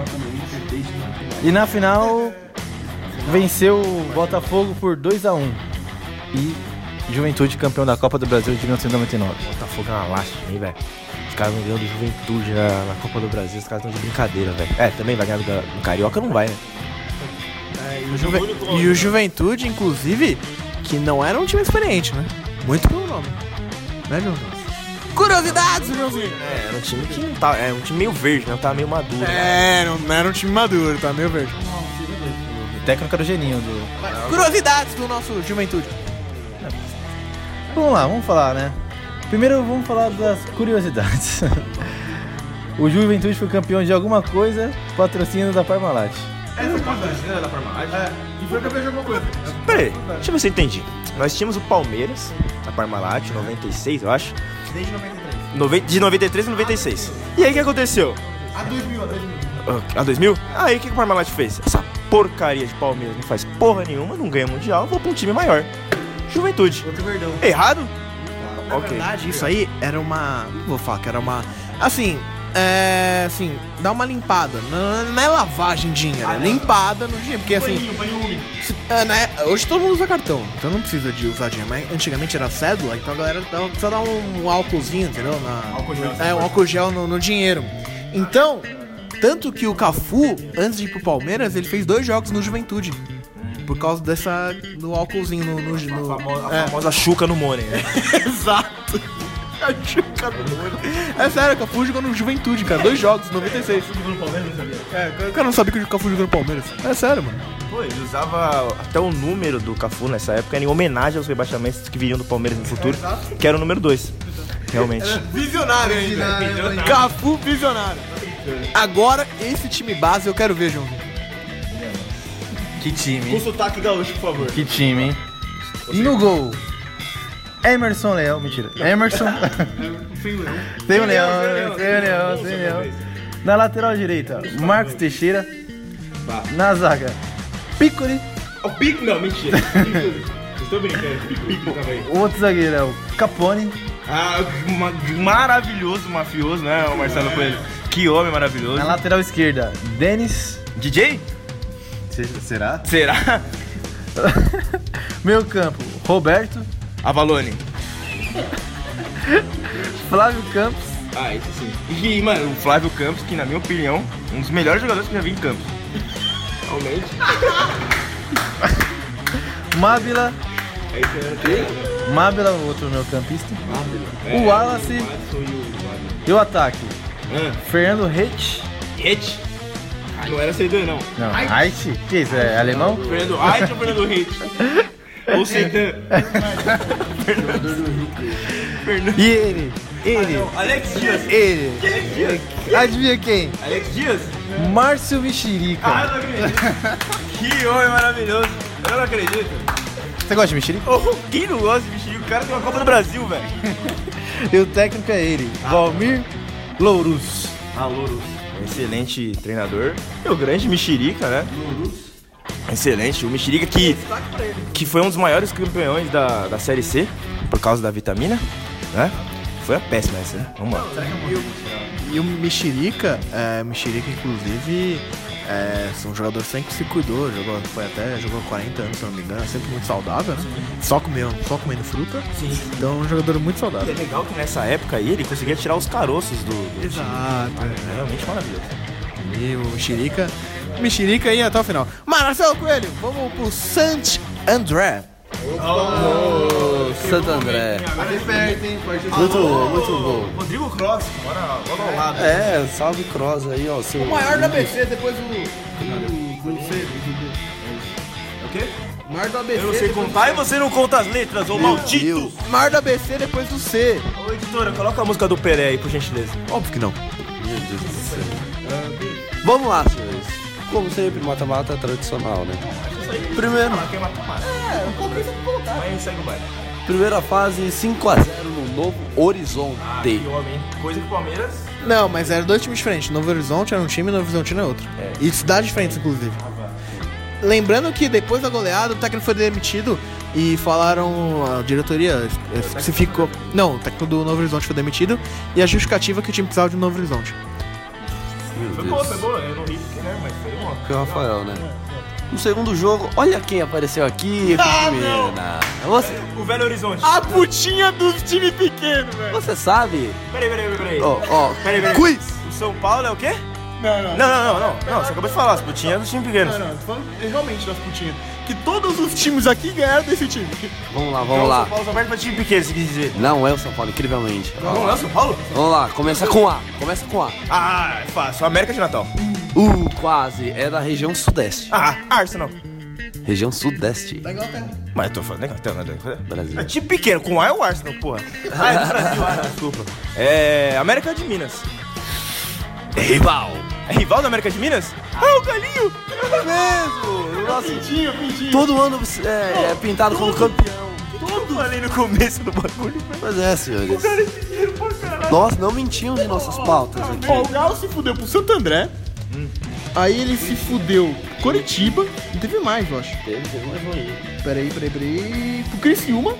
E na final, venceu o Botafogo por dois a um. E Juventude campeão da Copa do Brasil de mil novecentos e noventa e nove. Botafogo é uma lástima, hein, velho? Os caras não ganham do Juventude na, na Copa do Brasil, os caras estão de brincadeira, velho. É, também vai ganhar do, do Carioca, não vai, né? É, e, o Juve- e o Juventude, inclusive, que não era um time experiente, né? Muito pelo nome. Né, Joãozinho? Curiosidades, Joãozinho! É, era um time que não tá. É um time meio verde, né? Não tava meio maduro. Né? É, não, não era um time maduro, tá meio verde. O técnico era o Geninho do... Curiosidades do nosso Juventude. Vamos lá, vamos falar, né? Primeiro vamos falar das curiosidades. O Juventude foi campeão de alguma coisa, patrocínio da Parmalat. Essa foi patrocinada da Parmalat? É. E foi campeão de alguma coisa. Peraí, deixa eu ver se eu entendi. Nós tínhamos o Palmeiras, a Parmalat, noventa e seis, eu acho. Desde noventa e três. Nove- De noventa e três a noventa e seis. E aí o que aconteceu? A dois mil, a dois mil. A dois mil? Aí o que que o Parmalat fez? Essa porcaria de Palmeiras não faz porra nenhuma, não ganha mundial, vou pra um time maior. Juventude. Outro verdão. Errado? Na Ok. verdade, isso aí era uma. Não vou falar que era uma. Assim, é. Assim, dá uma limpada. Não, não é lavagem de dinheiro, é limpada no dinheiro. Porque assim. Paninho, paninho úmido. se- é, né, hoje todo mundo usa cartão, então não precisa de usar dinheiro. Mas antigamente era cédula, então a galera dava, precisa dar um, um álcoolzinho, entendeu? Na, Álcool gel. É, um álcool gel no, no dinheiro. Então, tanto que o Cafu, antes de ir pro Palmeiras, ele fez dois jogos no Juventude. Por causa dessa. do álcoolzinho no. no, no A famosa, é. a famosa chuca no money, né? Exato. É sério, o Cafu jogou no Juventude, cara. Dois jogos, noventa e seis. Jogou no Palmeiras, não sabia. É, o cara não sabia que o Cafu jogou no Palmeiras. É sério, mano. Pô, ele usava até o número do Cafu nessa época em homenagem aos rebaixamentos que viriam do Palmeiras no futuro, que era o número dois. Realmente. Visionário ainda. Cafu visionário. Agora, esse time base eu quero ver, João. Que time, Com hein? sotaque gaúcho, por favor. Que time, hein? No gol, Emerson Leão, mentira. Emerson. Sem leão. Tem o Leão, tem o Leão, tem o Leão. Na lateral direita, Marcos Teixeira. Na zaga, Piccoli. O Pico, não, mentira. Estou brincando, Pico, Pico tava aí. O outro zagueiro é o Capone. Ah, ma- maravilhoso mafioso, né, o Marcelo Coelho? Que homem maravilhoso. Na lateral esquerda, Denis. D J? Será? Será? Meio campo, Roberto. Avalone. Flávio Campos. Ah, isso sim. E, mano, o Flávio Campos, que na minha opinião, um dos melhores jogadores que eu já vi em Campos. Realmente. Mábila. Mábila, o outro meio campista. O Wallace. E o ataque, Fernando Reich. Hit? Não era Sedan, não. Não, Reich? Que isso, é alemão? Fernando Hait ou Fernando Hit? Ou Sedan? E ele? Ele? Alex Dias. Ele? Adivinha quem? Alex Dias? Márcio Mexerica. Ah, eu não acredito. Que homem maravilhoso. Eu não acredito. Você gosta de mexerica? Oh, quem não gosta de mexerica? O cara tem uma Copa do Brasil, velho. E o técnico é ele, Valmir Lourus. Ah, Lourus. Excelente treinador. E o grande Mexerica, né? Excelente. O Mexerica que, que foi um dos maiores campeões da, da Série C, por causa da vitamina, né? Foi a péssima essa, né? Vamos lá. E o Mexerica, é, Mexerica, inclusive, é, um jogador sempre se cuidou, jogou, foi até, jogou quarenta anos, se não me engano, é sempre muito saudável, né? Só comendo, só comendo fruta. Sim. Então é um jogador muito E é saudável. legal que nessa época aí ele conseguia tirar os caroços do, do Exato. É realmente maravilhoso. E o Mexerica, Mexerica aí até o final. Marcelo Coelho, vamos pro Sant André. Santo André. Muito bom, muito bom. Rodrigo Cross, bora logo ao lado. É, salve Cross aí, ó. Seu... O maior da A B C, depois o... o, o C. O quê? O maior do A B C. Eu não sei depois contar e você não conta as letras, ô maldito! Deus. o- Maior do A B C, depois do C. Ô editora, coloca a música do Pelé aí, por gentileza. Óbvio que não. Meu Deus do céu. Vamos lá, senhores. Como sempre, mata-mata tradicional, né? Primeiro, Quem mata mata. É, um pouco isso que colocar. Mas segue o baile. primeira fase, cinco a zero no Novo Horizonte. Que homem. Coisa que o Palmeiras... Não, mas eram dois times diferentes. Novo Horizonte era um time e Novo Horizontino é outro. E cidades diferentes, inclusive. Lembrando que depois da goleada, o técnico foi demitido e falaram, a diretoria especificou... Não, o técnico do Novo Horizonte foi demitido e a justificativa é que o time precisava de um Novo Horizonte. Meu Foi Deus. boa, foi boa. Eu não ri porque, né, mas foi bom. Que é o Rafael, né? No segundo jogo, olha quem apareceu aqui, Ah, menina. Você, O Velho Horizonte. A putinha dos times pequenos, velho. você sabe? Peraí, peraí, peraí. Ó, ó, Peraí, peraí. Quiz. O São Paulo é o quê? Não, não. Não, não, não, não. Não, você acabou de falar, as putinhas dos times pequenos. Não, não, tô falando realmente das putinhas. Que todos os times aqui ganharam desse time. vamos lá, Então, vamos o lá. São Paulo só perde pra time pequeno, você quis dizer. Não é o São Paulo, incrivelmente. Não, é o São Paulo? Vamos lá, começa com A. Começa com A. Ah, é fácil. América de Natal. Uh, quase. É da região sudeste. Ah, Arsenal. Região Sudeste. Da Inglaterra. Mas eu tô falando, né? Brasil. É time pequeno, com A é o Arsenal, porra. Ah, é do Brasil, ah, desculpa. É. América de Minas. É rival. É rival da América de Minas? Ah, o Galinho! É mesmo. Nossa, Pintinho, pintinho. todo ano é, é pintado como campeão. Tudo ali no começo do bagulho. Pois é, senhores. Cara, esse dinheiro pra caralho. Nós não mentimos em nossas pautas aqui. Ó, o Galo se fudeu pro Santo André. Aí ele se fudeu pro Coritiba. Não teve mais, eu acho. Teve, teve mais um aí. Peraí, peraí, peraí. Pro Criciúma.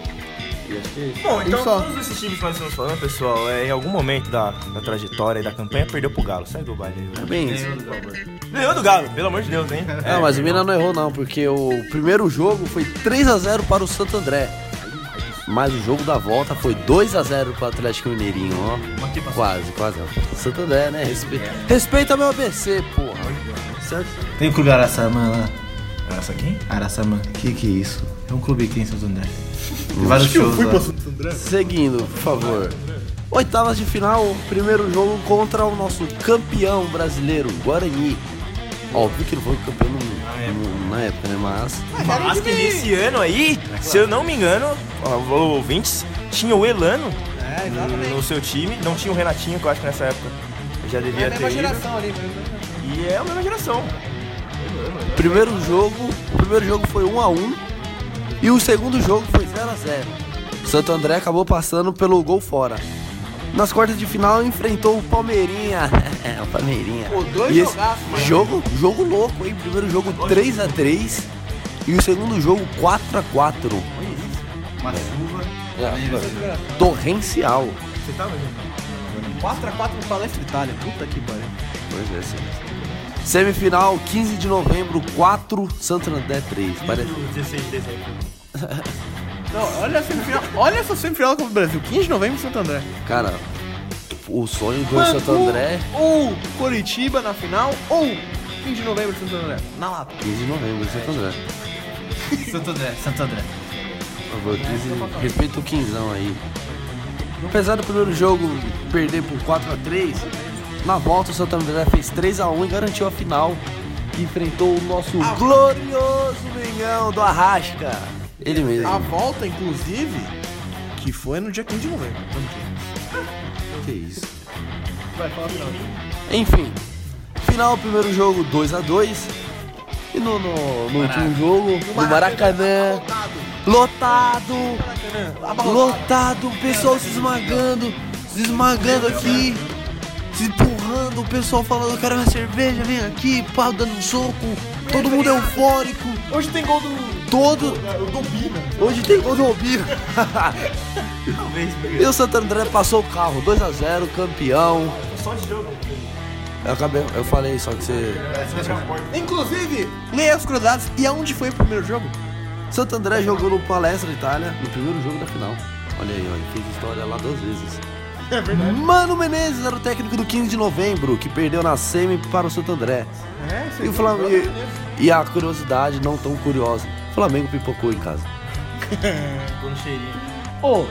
Bom, então só. todos esses times que nós estamos falando, pessoal, é, em algum momento da, da trajetória e da campanha, perdeu pro Galo. Segue o baile aí. É bem isso. Ganhou do Galo, pelo amor de Deus, hein? Não, mas o Mina não errou não, porque o primeiro jogo foi três a zero para o Santo André. Mas o jogo da volta foi dois a zero para o Atlético Mineirinho, ó. Quase, quase. Santo André, né? Respeita, Respeita meu A B C, porra. Certo? Tem o clube Araçamã lá. Essa aqui? Araçamã. Que que é isso? É um clube aqui em Santo André. Tem vários Eu shows fui lá. pro Santo André. Seguindo, por favor. Oitavas de final, primeiro jogo contra o nosso campeão brasileiro, Guarani. Óbvio que não foi campeão no, no, na época, né? Mas. Mas que nesse ano aí, se eu não me engano, ó, ouvintes, tinha o Elano É, no seu time, não tinha o Renatinho, que eu acho que nessa época já devia ter ido. ali mesmo. E é a mesma geração. Primeiro jogo, o primeiro jogo foi um a um e o segundo jogo foi zero a zero. Santo André acabou passando pelo gol fora. Nas quartas de final enfrentou o Palmeirinha. É, o Palmeirinha. Pô, dois E esse jogaços, mano. jogo, jogo louco, hein? Primeiro jogo três a três e o segundo jogo quatro a quatro. Uma chuva. É, torrencial. Você tava, gente? quatro a quatro no Palestra Itália. Puta que pariu. Pois é, sim. Semifinal, quinze de novembro, quatro, Santo André três. Parece... dezesseis de dezembro. Não, olha a semifinal. Olha essa semifinal da Copa do Brasil. quinze de novembro em Santo André. Cara, o sonho do Santo André... Ou Coritiba na final, ou quinze de novembro em Santo André. Na lata. quinze de novembro, Santo André. Santo André, Santo André. Por favor, quinze, respeita o quinzão aí. Apesar do primeiro jogo perder por quatro a três, na volta o Santo André fez três a um e garantiu a final. E enfrentou o nosso glorioso Mengão do Arrasca. Ele mesmo. A volta, inclusive, que foi no dia quinze de novembro. Que isso. Vai, fala a final. Enfim, final, primeiro jogo dois a dois. E no, no, no último jogo, no Maracanã, lotado, lotado, o pessoal se esmagando, se esmagando aqui, se empurrando, o pessoal falando, eu quero minha cerveja, vem aqui, pá, dando um soco, todo mundo eufórico. Hoje tem gol do... Todo. do Bina. Hoje tem gol do Obira. E o Santo André passou o carro, dois a zero, campeão. Só de jogo. Eu acabei, eu falei, só que você. Inclusive, leia as cruzadas. E aonde foi o primeiro jogo? Santo André jogou no Palestra Itália, no primeiro jogo da final. Olha aí, olha, fez história lá duas vezes. É verdade. Mano Menezes era o técnico do quinze de novembro, que perdeu na semi para o Santo André. É, E, o Flamengo, e, e a curiosidade, não tão curiosa, o Flamengo pipocou em casa. Ficou no cheirinho. Ô,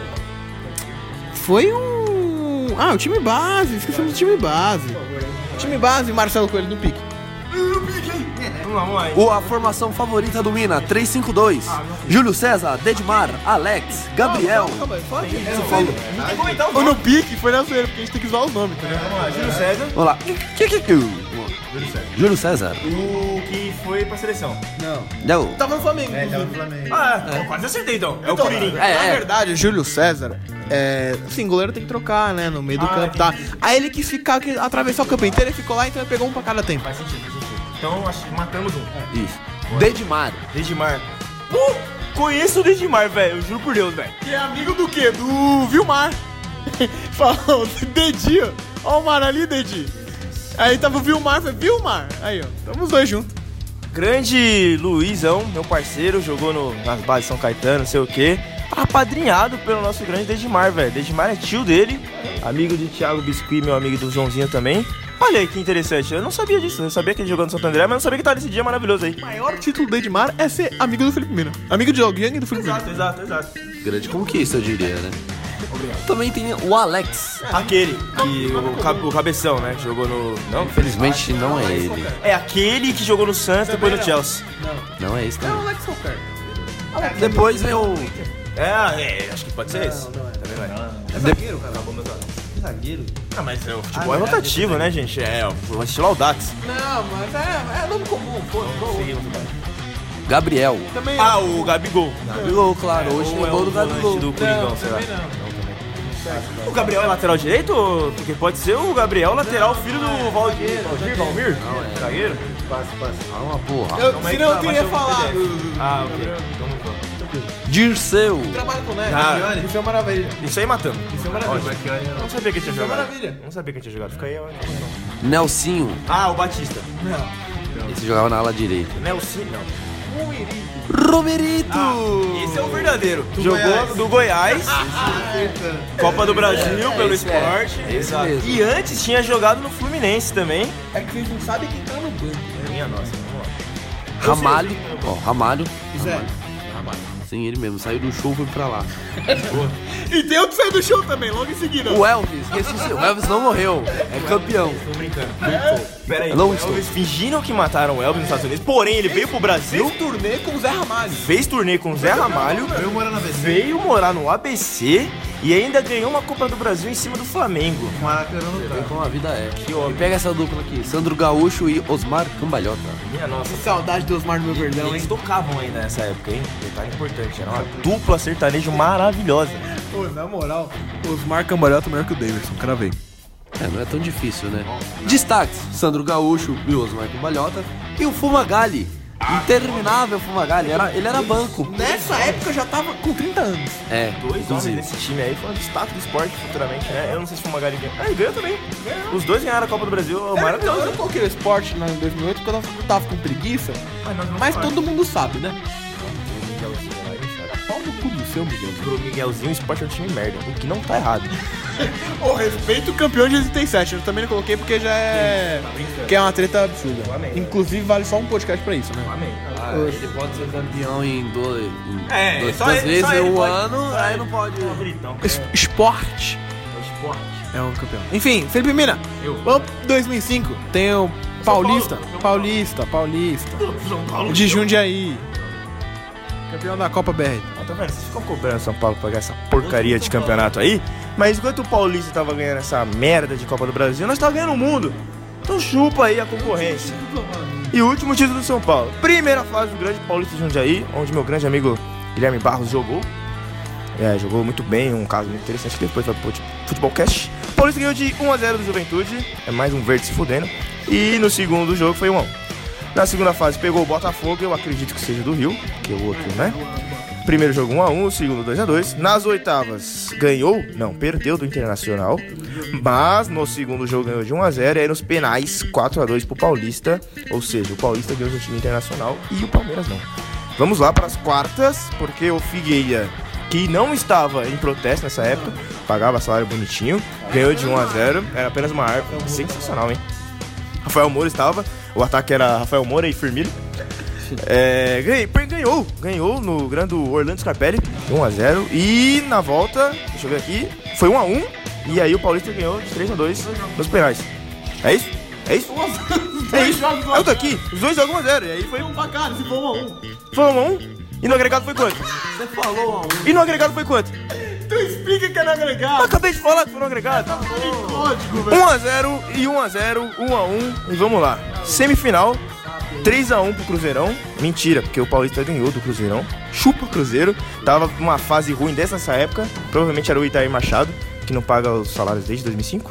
foi um... Ah, o time base. Esquecemos do time base. Time base, Marcelo Coelho do Pique. Vamos lá, vamos lá. O, a formação favorita do Mina, três cinco dois. Júlio César, Dedmar, Alex, Gabriel. Calma aí, fala aqui. Tem que comentar o Ou nome. no Pique, foi na zoeira, porque a gente tem que usar os nomes, entendeu? Vamos lá, Júlio César, Vamos lá. Júlio César. o que foi pra seleção. Não. Tava no Flamengo. É, tava no Flamengo. Ah, é. Quase acertei então. É o Então, Curirim. É, na é. verdade, o Júlio César, é, assim, goleiro tem que trocar, né, no meio do Ah, campo, tá? Aí ele quis ficar, quis atravessar o campo inteiro e ficou lá, então ele pegou um pra cada tempo. Faz sentido, faz sentido. Então, acho que matamos um. Isso. Dedmar. Dedimar. Pô, conheço o Dedimar, velho. Eu juro por Deus, velho. Que é amigo do quê? Do Vilmar. Falou, Dedinho. Ó o Mar ali, Dedi. Aí tava o Vilmar, foi Vilmar. Aí, ó, tamo os dois juntos. Grande Luizão, meu parceiro, jogou no, nas bases de São Caetano, não sei o quê. Apadrinhado pelo nosso grande Dedimar, velho. Dedimar é tio dele, amigo de Thiago Biscuit, meu amigo do Joãozinho também. Olha aí que interessante, eu não sabia disso. Eu sabia que ele jogou no Santo André, mas não sabia que tava nesse dia maravilhoso aí. O maior título do Edmar é ser amigo do Felipe Mina. Amigo de alguém e do Felipe Mina. Exato, exato, exato. Grande conquista, eu diria, né? Gabriel. Também tem o Alex. Aquele, que o, ca- o cabeção, né? Que jogou no... Não? Infelizmente não é ele. É aquele que jogou no Santos, depois no Chelsea. Não é esse É o também. Alex qualquer. Depois vem o... É, é, acho que pode ser esse. Também vai. É zagueiro, cara. Zagueiro? Ah, mas o futebol é rotativo, né, gente? É, o estilo Audax. Não, mas é, é nome comum, pô. pô. Gabriel. Também Ah, o Gabigol. Gabigol, claro. Hoje Ou é é gol o do volante Gabigol. do Coringão, sei lá. também não. O Gabriel é lateral direito? ou- Porque pode ser o Gabriel lateral, filho do Valdir. Valdir, Valmir? Não, é. Zagueiro? Passa, passa. Ah, uma porra. Eu, Calma aí senão que eu tá teria baixando o falado. P D F. Ah, ok. Vamos lá. Dirceu. Trabalha com o Neto. Ah. Isso é uma maravilha. Isso aí matando. Isso é uma maravilha. Eu não sabia que ele tinha jogado. maravilha. Não sabia que ele tinha jogado. Fica aí. ó. Nelsinho. Ah, o Batista. Esse jogava na ala direita. Nelson, não. Romerito. Esse é o verdadeiro. Jogou Goiás. do Goiás. Copa do Brasil pelo esse é. esporte. Esse Exato. mesmo. E antes tinha jogado no Fluminense também. É que vocês não sabem quem tá no banco. Minha nossa, vamos lá. Ramalho. Ó, Ramalho. Zé. Sim, ele mesmo. Saiu do show e foi pra lá. E tem outro que saiu do show também, logo em seguida. O Elvis. Esqueci. O Elvis não morreu. É campeão. Tô brincando. Pera aí, Não o estou. Elvis fingiram que mataram o Elvis nos Estados Unidos, porém ele veio pro Brasil, Fez turnê com o Zé Ramalho. fez turnê com o Zé Ramalho, Veio morar na A B C. veio morar no A B C e ainda ganhou uma Copa do Brasil em cima do Flamengo. Vê como a vida é. Que homem. E pega essa dupla aqui. Sandro Gaúcho e Osmar Cambalhota. Minha nossa. Que saudade do Osmar no meu verdão, hein? Eles tocavam ainda nessa época, hein? Detalhe importante, era uma dupla sertanejo maravilhosa. Pô, na moral, Osmar Cambalhota melhor que o Davidson, cravei. É, não é tão difícil, né? Destaques: Sandro Gaúcho e Osmar Cambalhota. E o Fumagalli. Interminável Fumagalli. Era, ele era banco. Nessa época eu já tava com trinta anos. É, Dois homens inclusive. desse time aí foram destaque do esporte futuramente, né? Eu não sei se foi uma galinha. Ah, ele ganhou também. Os dois ganharam a Copa do Brasil, Eu maravilhoso. não coloquei o esporte lá em dois mil e oito porque eu tava, eu tava com preguiça. Mas todo mundo sabe, né? Pau no cu do seu, Miguel. Pro Miguelzinho, o esporte é um time merda, o que não tá errado. Ô, respeito o campeão de oitenta e sete. Eu também não coloquei porque já é. Que é uma treta absurda. Amém. Inclusive, vale só um podcast pra isso, né? Amém. Ah, ele pode ser campeão em dois, em É, dois, só duas ele- vezes só em ele um pode- ano, só aí ele- não pode. Bonitão. Es- Esporte Esporte. é um campeão. Enfim, Felipe Mina. Vamos pro dois mil e cinco. Tem o Paulista. Paulista, Paulista. De Jundiaí. Campeão da Copa B R. Ah, tá vendo? Vocês ficam cobrando São Paulo pra ganhar essa porcaria de campeonato aí, mas enquanto o Paulista tava ganhando essa merda de Copa do Brasil, nós tava ganhando o mundo. Então chupa aí a concorrência. E o último título do São Paulo. Primeira fase do grande Paulista de Jundiaí, onde meu grande amigo Guilherme Barros jogou. É, jogou muito bem, um caso muito interessante que depois vai pro Futebolcast. O Paulista ganhou de um a zero do Juventude, é mais um verde se fudendo. E no segundo jogo foi um a um. Na segunda fase pegou o Botafogo, eu acredito que seja do Rio, que é o outro, né? Primeiro jogo um a um, o segundo dois a dois. Nas oitavas ganhou, não, perdeu do Internacional. Mas no segundo jogo ganhou de um a zero e aí nos penais quatro a dois pro Paulista. Ou seja, o Paulista ganhou do time Internacional e o Palmeiras não. Vamos lá para as quartas, porque o Figueira, que não estava em protesto nessa época, pagava salário bonitinho, ganhou de um a zero, era apenas uma arma sensacional, hein? Rafael Moura estava, o ataque era Rafael Moura e Firmino. É, ganhei, ganhou, ganhou no grande Orlando Scarpelli, um a zero. E na volta, deixa eu ver aqui, foi um a um. E aí o Paulista ganhou de três a dois nos penais. É isso? É isso? É isso. Eu tô aqui, os dois jogam um a zero. E aí foi um Bacana, se for um a um. Foi um a um. E no agregado foi quanto? Você falou a um. E no agregado foi quanto? Tu explica que é no agregado. Acabei de falar que foi no agregado. Código, velho. um a zero e um a zero, um a um. E vamos lá. Semifinal, três a um pro Cruzeirão. Mentira, porque o Paulista ganhou do Cruzeirão. Chupa o Cruzeiro. Tava numa fase ruim dessa nessa época. Provavelmente era o Itair Machado, que não paga os salários desde dois mil e cinco.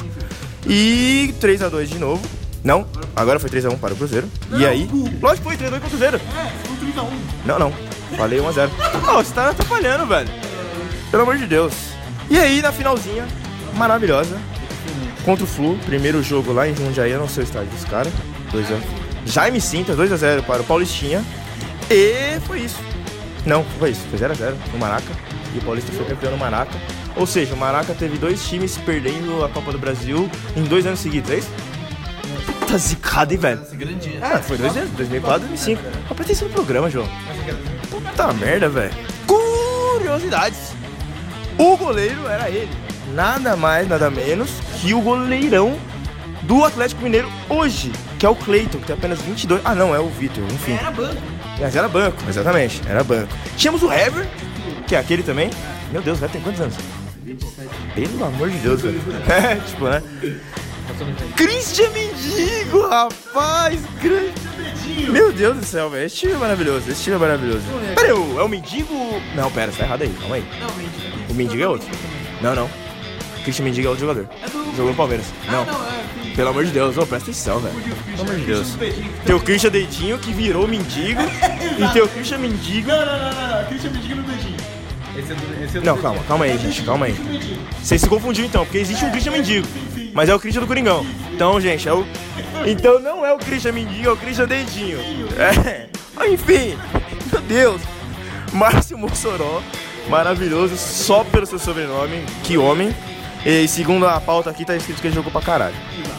E três a dois de novo. Não, agora foi três a um para o Cruzeiro. E aí? Lógico que foi três a dois pro Cruzeiro. É, foi três a um. Não, não. Falei um a zero. Ô, você tá atrapalhando, velho. Pelo amor de Deus. E aí, na finalzinha, maravilhosa, contra o Flu, primeiro jogo lá em Jundiaí, eu não sei o estádio dos caras. dois a zero. Jaime Sinta, dois a zero para o Paulistinha. E foi isso. Não, foi isso. Foi zero a zero no Maraca. E o Paulista foi campeão no Maraca. Ou seja, o Maraca teve dois times perdendo a Copa do Brasil em dois anos seguidos, é isso? Puta zicada, hein, velho? Ah, foi dois anos, dois mil e quatro e dois mil e cinco. A pretensão do programa, João. Puta merda, velho. Curiosidades. O goleiro era ele. nada mais, nada menos que o goleirão do Atlético Mineiro hoje, que é o Cleiton, que tem apenas vinte e dois. Ah, não, é o Vitor, enfim. Era banco. Mas era banco, exatamente, era banco. Tínhamos o Hever, que é aquele também. Meu Deus, o Hever tem quantos anos? Pelo amor de Deus, velho. É, tipo, né? Christian Mendigo, rapaz! Grande. Meu Deus do céu, velho. Esse time é maravilhoso, esse time é maravilhoso. Pera aí, é o Mendigo... Não, pera, você tá errado aí, calma aí. Não, Mendigo. O Mendigo é outro. Não, não. Christian Mendigo é outro jogador. Jogou no Palmeiras. Não. Pelo amor de Deus, ô, presta atenção, velho. Pelo amor de Deus. Tem o Christian Dedinho, que virou Mendigo. E tem o Christian Mendigo... Não, não, não, não, não. Christian Mendigo no dedinho. Esse é do, esse é do Não, calma, calma aí, gente, calma aí. Vocês se confundiram então, porque existe um Christian Mendigo, mas é o Christian do Coringão. Então, gente, é o... Então não é o Christian Mendigo, é o Christian Dedinho. É. Mas, enfim, meu Deus. Márcio Mossoró, maravilhoso, só pelo seu sobrenome, que homem. E segundo a pauta aqui, tá escrito que ele jogou pra caralho.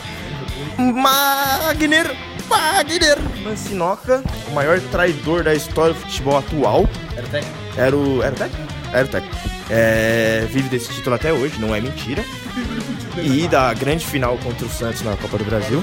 Magner, Magner Mancinoca, o maior traidor da história do futebol atual. Era o técnico? Era o... Era o técnico? Era o técnico. É, vive desse título até hoje, não é mentira. E da grande final contra o Santos na Copa do Brasil.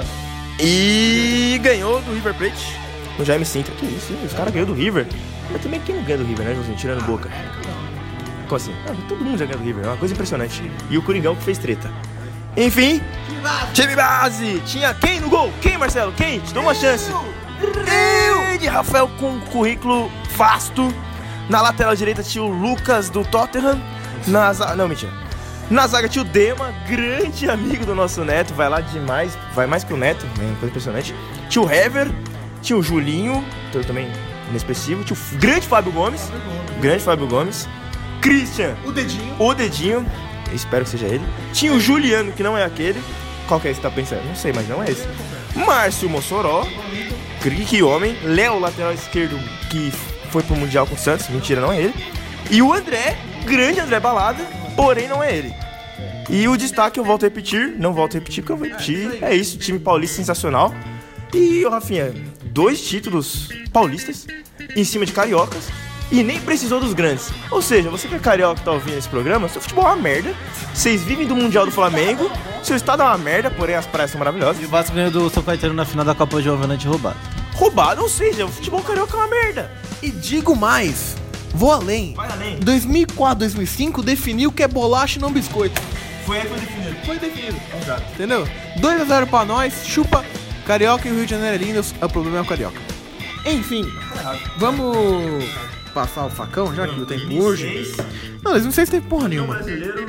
E ganhou do River Plate com o Jaime Sintra. Que isso, hein? Os caras ganhou do River. Mas também quem não ganha do River, né, Joãozinho? Tirando boca. Como assim? Ah, todo mundo já ganha do River, é uma coisa impressionante. E o Coringão que fez treta. Enfim, time base. Tinha quem no gol? Quem, Marcelo? Quem? Te dou uma chance. Eu! De Rafael com currículo vasto. Na lateral direita tinha o Lucas do Tottenham. Na zaga... Não, mentira. Na zaga tinha o Dema, grande amigo do nosso Neto. Vai lá demais, vai mais que o Neto, é uma coisa impressionante. Tinha o Hever, tinha o Julinho, também inexpressivo. Tinha o grande Fábio Gomes, grande Fábio Gomes. Christian, O dedinho. o Dedinho, eu espero que seja ele. Tinha o Juliano, que não é aquele. Qual que é esse que tá pensando? Não sei, mas não é esse. Márcio Mossoró, que homem. Léo, lateral esquerdo, que foi pro Mundial com o Santos, mentira, não é ele. E o André, grande André Balada, porém não é ele. E o destaque eu volto a repetir, não volto a repetir porque eu vou repetir. É isso, time paulista sensacional. E, ô Rafinha, dois títulos paulistas em cima de cariocas e nem precisou dos grandes. Ou seja, você que é carioca que tá ouvindo esse programa, seu futebol é uma merda. Vocês vivem do Mundial do Flamengo, seu estado é uma merda, porém as praias são maravilhosas. E o Vasco ganhou do São Caetano na final da Copa Giovanna de roubado. Roubado, ou seja, o futebol carioca é uma merda. E digo mais, vou além. Vai além. dois mil e quatro, dois mil e cinco definiu que é bolacha e não biscoito. Foi aí que foi definido. Foi definido. Exato. Entendeu? dois a zero pra nós, chupa Carioca e o Rio de Janeiro é lindo, o problema é o Carioca. Enfim, vamos passar o facão, já que o tempo urge. Não, dois mil e seis teve porra nenhuma.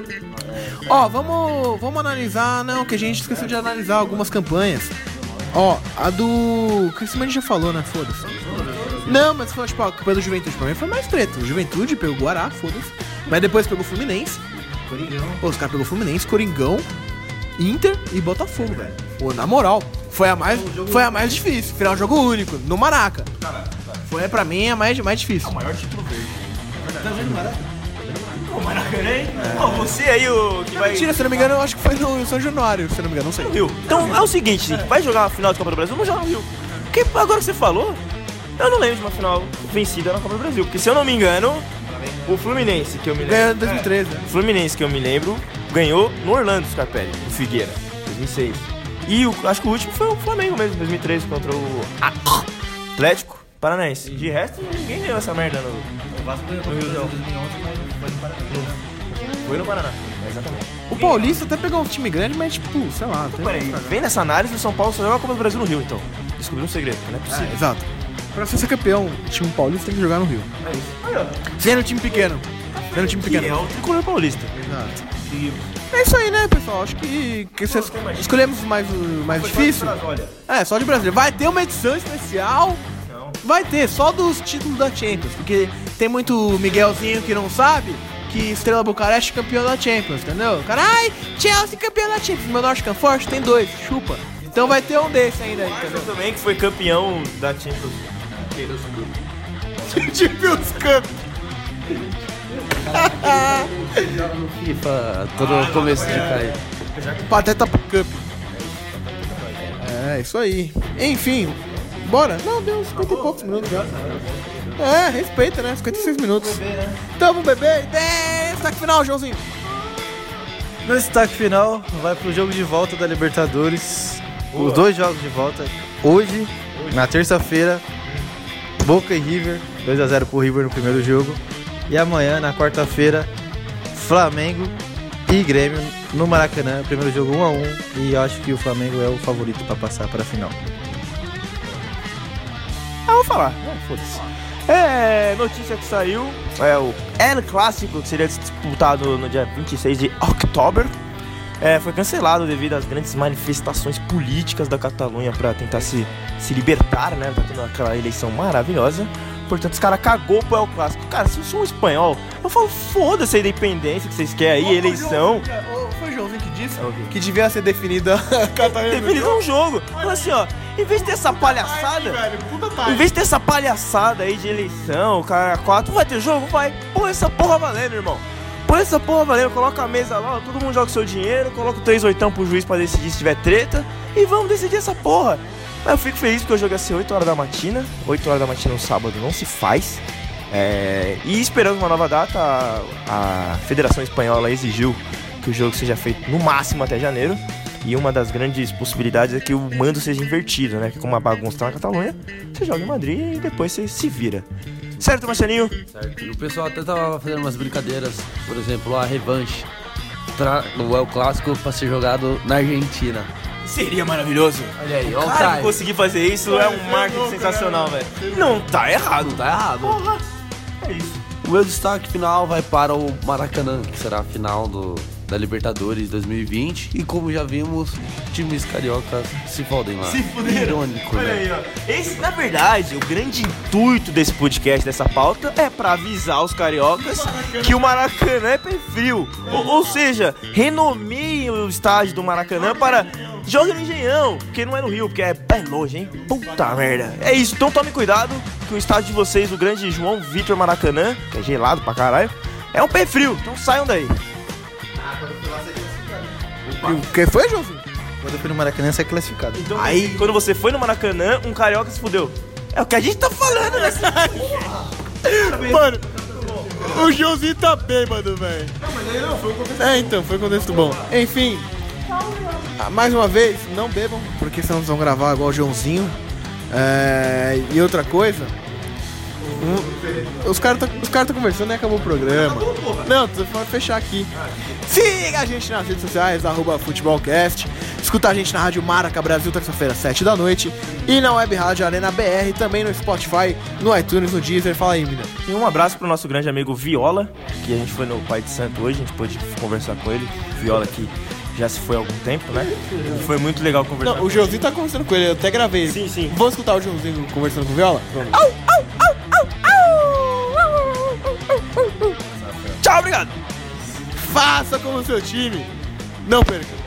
Ó, vamos, vamos analisar, não, que a gente esqueceu de analisar algumas campanhas. Ó, a do... que a gente já falou, né? Foda-se. Não, mas foi, tipo, a campanha do Juventude pra mim foi mais treta. O Juventude pegou o Guará, foda-se. Mas depois pegou o Fluminense. Coringão. Pô, os caras pegou o Fluminense, Coringão, Inter e Botafogo, velho. Pô, na moral, foi a mais, foi a mais difícil. Final jogo único, no Maraca. Foi pra mim a mais, mais difícil. O maior título verde. Tá vendo o Maraca? O Maracanã, hein? Ó, você aí, o que vai... Mentira, se não me engano, eu acho que foi no São Januário, se não me engano, não sei. Rio. Então é o seguinte, gente, vai jogar a final de Copa do Brasil, vamos jogar no Rio. Porque agora que você falou, eu não lembro de uma final vencida na Copa do Brasil. Porque se eu não me engano, o Fluminense, que eu me lembro... Ganhou em dois mil e treze, né? O Fluminense, que eu me lembro, ganhou no Orlando Scarpelli, no Figueira, dois mil e seis. E o, acho que o último foi o Flamengo mesmo, dois mil e treze, contra o Atlético Paranaense. De resto, ninguém ganhou essa merda no, no Rio, não. Foi no Paraná, exatamente. O Paulista até pegou um time grande, mas tipo, sei lá. Tem... Peraí, vem nessa análise, o São Paulo só joga a Copa do Brasil no Rio, então. Descobri um segredo, que não é possível. É, exato. Pra você ser campeão, o time paulista tem que jogar no Rio. É isso. Aí, ó. Sendo um time pequeno. Sendo um time Que pequeno. é o tricolor paulista. Exato. É isso aí, né, pessoal? Acho que, que vocês escolhemos mais o mais difícil. Olha. É, só de brasileiro. Vai ter uma edição especial. Não. Vai ter, só dos títulos da Champions. Porque tem muito Miguelzinho que não sabe que Estrela Bucareste é campeão da Champions, entendeu? Cara, ai, Chelsea campeão da Champions. Meu Nottingham Forest tem dois, chupa. Então vai ter um desse ainda, entendeu? Também que foi campeão da Champions. Champions Cup. FIFA, todo começo de cair. Pateta Cup. É, isso aí. Enfim, bora. Não, deu cinquenta e poucos minutos já. É, respeita, né? cinquenta e seis minutos. Então vamos beber. dez, tá aqui final, Joãozinho. No destaque final, vai pro jogo de volta da Libertadores. Boa. Os dois jogos de volta. Hoje, na terça-feira, Boca e River. dois a zero pro River no primeiro jogo. E amanhã, na quarta-feira, Flamengo e Grêmio no Maracanã. Primeiro jogo um a um. E eu acho que o Flamengo é o favorito para passar para a final. Ah, vou falar. É, foda-se. É, notícia que saiu, é o El Clássico, que seria disputado no dia vinte e seis de outubro, é, foi cancelado devido às grandes manifestações políticas da Catalunha para tentar se, se libertar, né? Tá tendo aquela eleição maravilhosa. Portanto, os caras cagou pro El Clássico. Cara, se eu sou um espanhol, eu falo, foda-se a independência que vocês querem aí, eleição. Foi o Joãozinho que disse É o quê? que devia ser definida a Catalunha. Definido um jogo. Fala assim, ó, em vez de ter essa palhaçada, em vez de ter essa palhaçada aí de eleição, o cara quatro, vai ter jogo? Vai. Põe essa porra valendo, irmão. Põe essa porra valendo, coloca a mesa lá, ó, todo mundo joga o seu dinheiro, coloca o três oitão pro juiz pra decidir se tiver treta e vamos decidir essa porra. Mas eu fico feliz porque o jogo ia ser oito horas da matina. oito horas da matina no sábado não se faz. É... E esperando uma nova data, a, a Federação Espanhola exigiu que o jogo seja feito no máximo até janeiro. E uma das grandes possibilidades é que o mando seja invertido, né? Que como a bagunça tá na Catalunha, você joga em Madrid e depois você se vira. Certo, Marcelinho? Certo. O pessoal até tava fazendo umas brincadeiras, por exemplo, a revanche tra- do El Clássico pra ser jogado na Argentina. Seria maravilhoso. Olha aí, ó o Cara, time. conseguir fazer isso é um marketing sensacional, velho. Não tá errado. Não tá errado. Porra. É isso. O meu destaque final vai para o Maracanã, que será a final do, da Libertadores dois mil e vinte. E como já vimos, times cariocas se fodem lá. Se fuderam. Irônico, Olha né? aí, ó. Esse, na verdade, o grande intuito desse podcast, dessa pauta, é pra avisar os cariocas que o Maracanã é pé frio. Ou, ou seja, renomeiem o estádio do Maracanã para joga no Engenhão, porque não é no Rio, porque é bem longe, hein? Puta merda. É isso, então tome cuidado que o estádio de vocês, o grande João Vitor Maracanã, que é gelado pra caralho, é um pé frio, então saiam daí. O que foi, Joãozinho? Quando eu fui no Maracanã, você é classificado. Então, aí, quando você foi no Maracanã, um carioca se fudeu. É o que a gente tá falando, né? Mano, o Joãozinho tá bêbado, velho. Não, mas aí não, foi um contexto. É, então, foi um contexto bom. Enfim, ah, mais uma vez, não bebam, porque senão vocês vão gravar igual o Joãozinho. É, e outra coisa, um, os caras os caras estão conversando e acabou o programa. Não, tu pode fechar aqui. Siga a gente nas redes sociais, arroba futebolcast. Escuta a gente na Rádio Maraca Brasil, terça-feira, sete da noite. E na Web Rádio Arena B R, também no Spotify, no iTunes, no Deezer. Fala aí, menina. E um abraço pro nosso grande amigo Viola, que a gente foi no Pai de Santo hoje, a gente pôde conversar com ele. Viola que já se foi há algum tempo, né? E foi muito legal conversar Não, com o Joãozinho tá conversando com ele, eu até gravei. Sim, sim. Vamos escutar o Joãozinho conversando com o Viola? Vamos. Tchau, obrigado! Faça como o seu time. Não perca.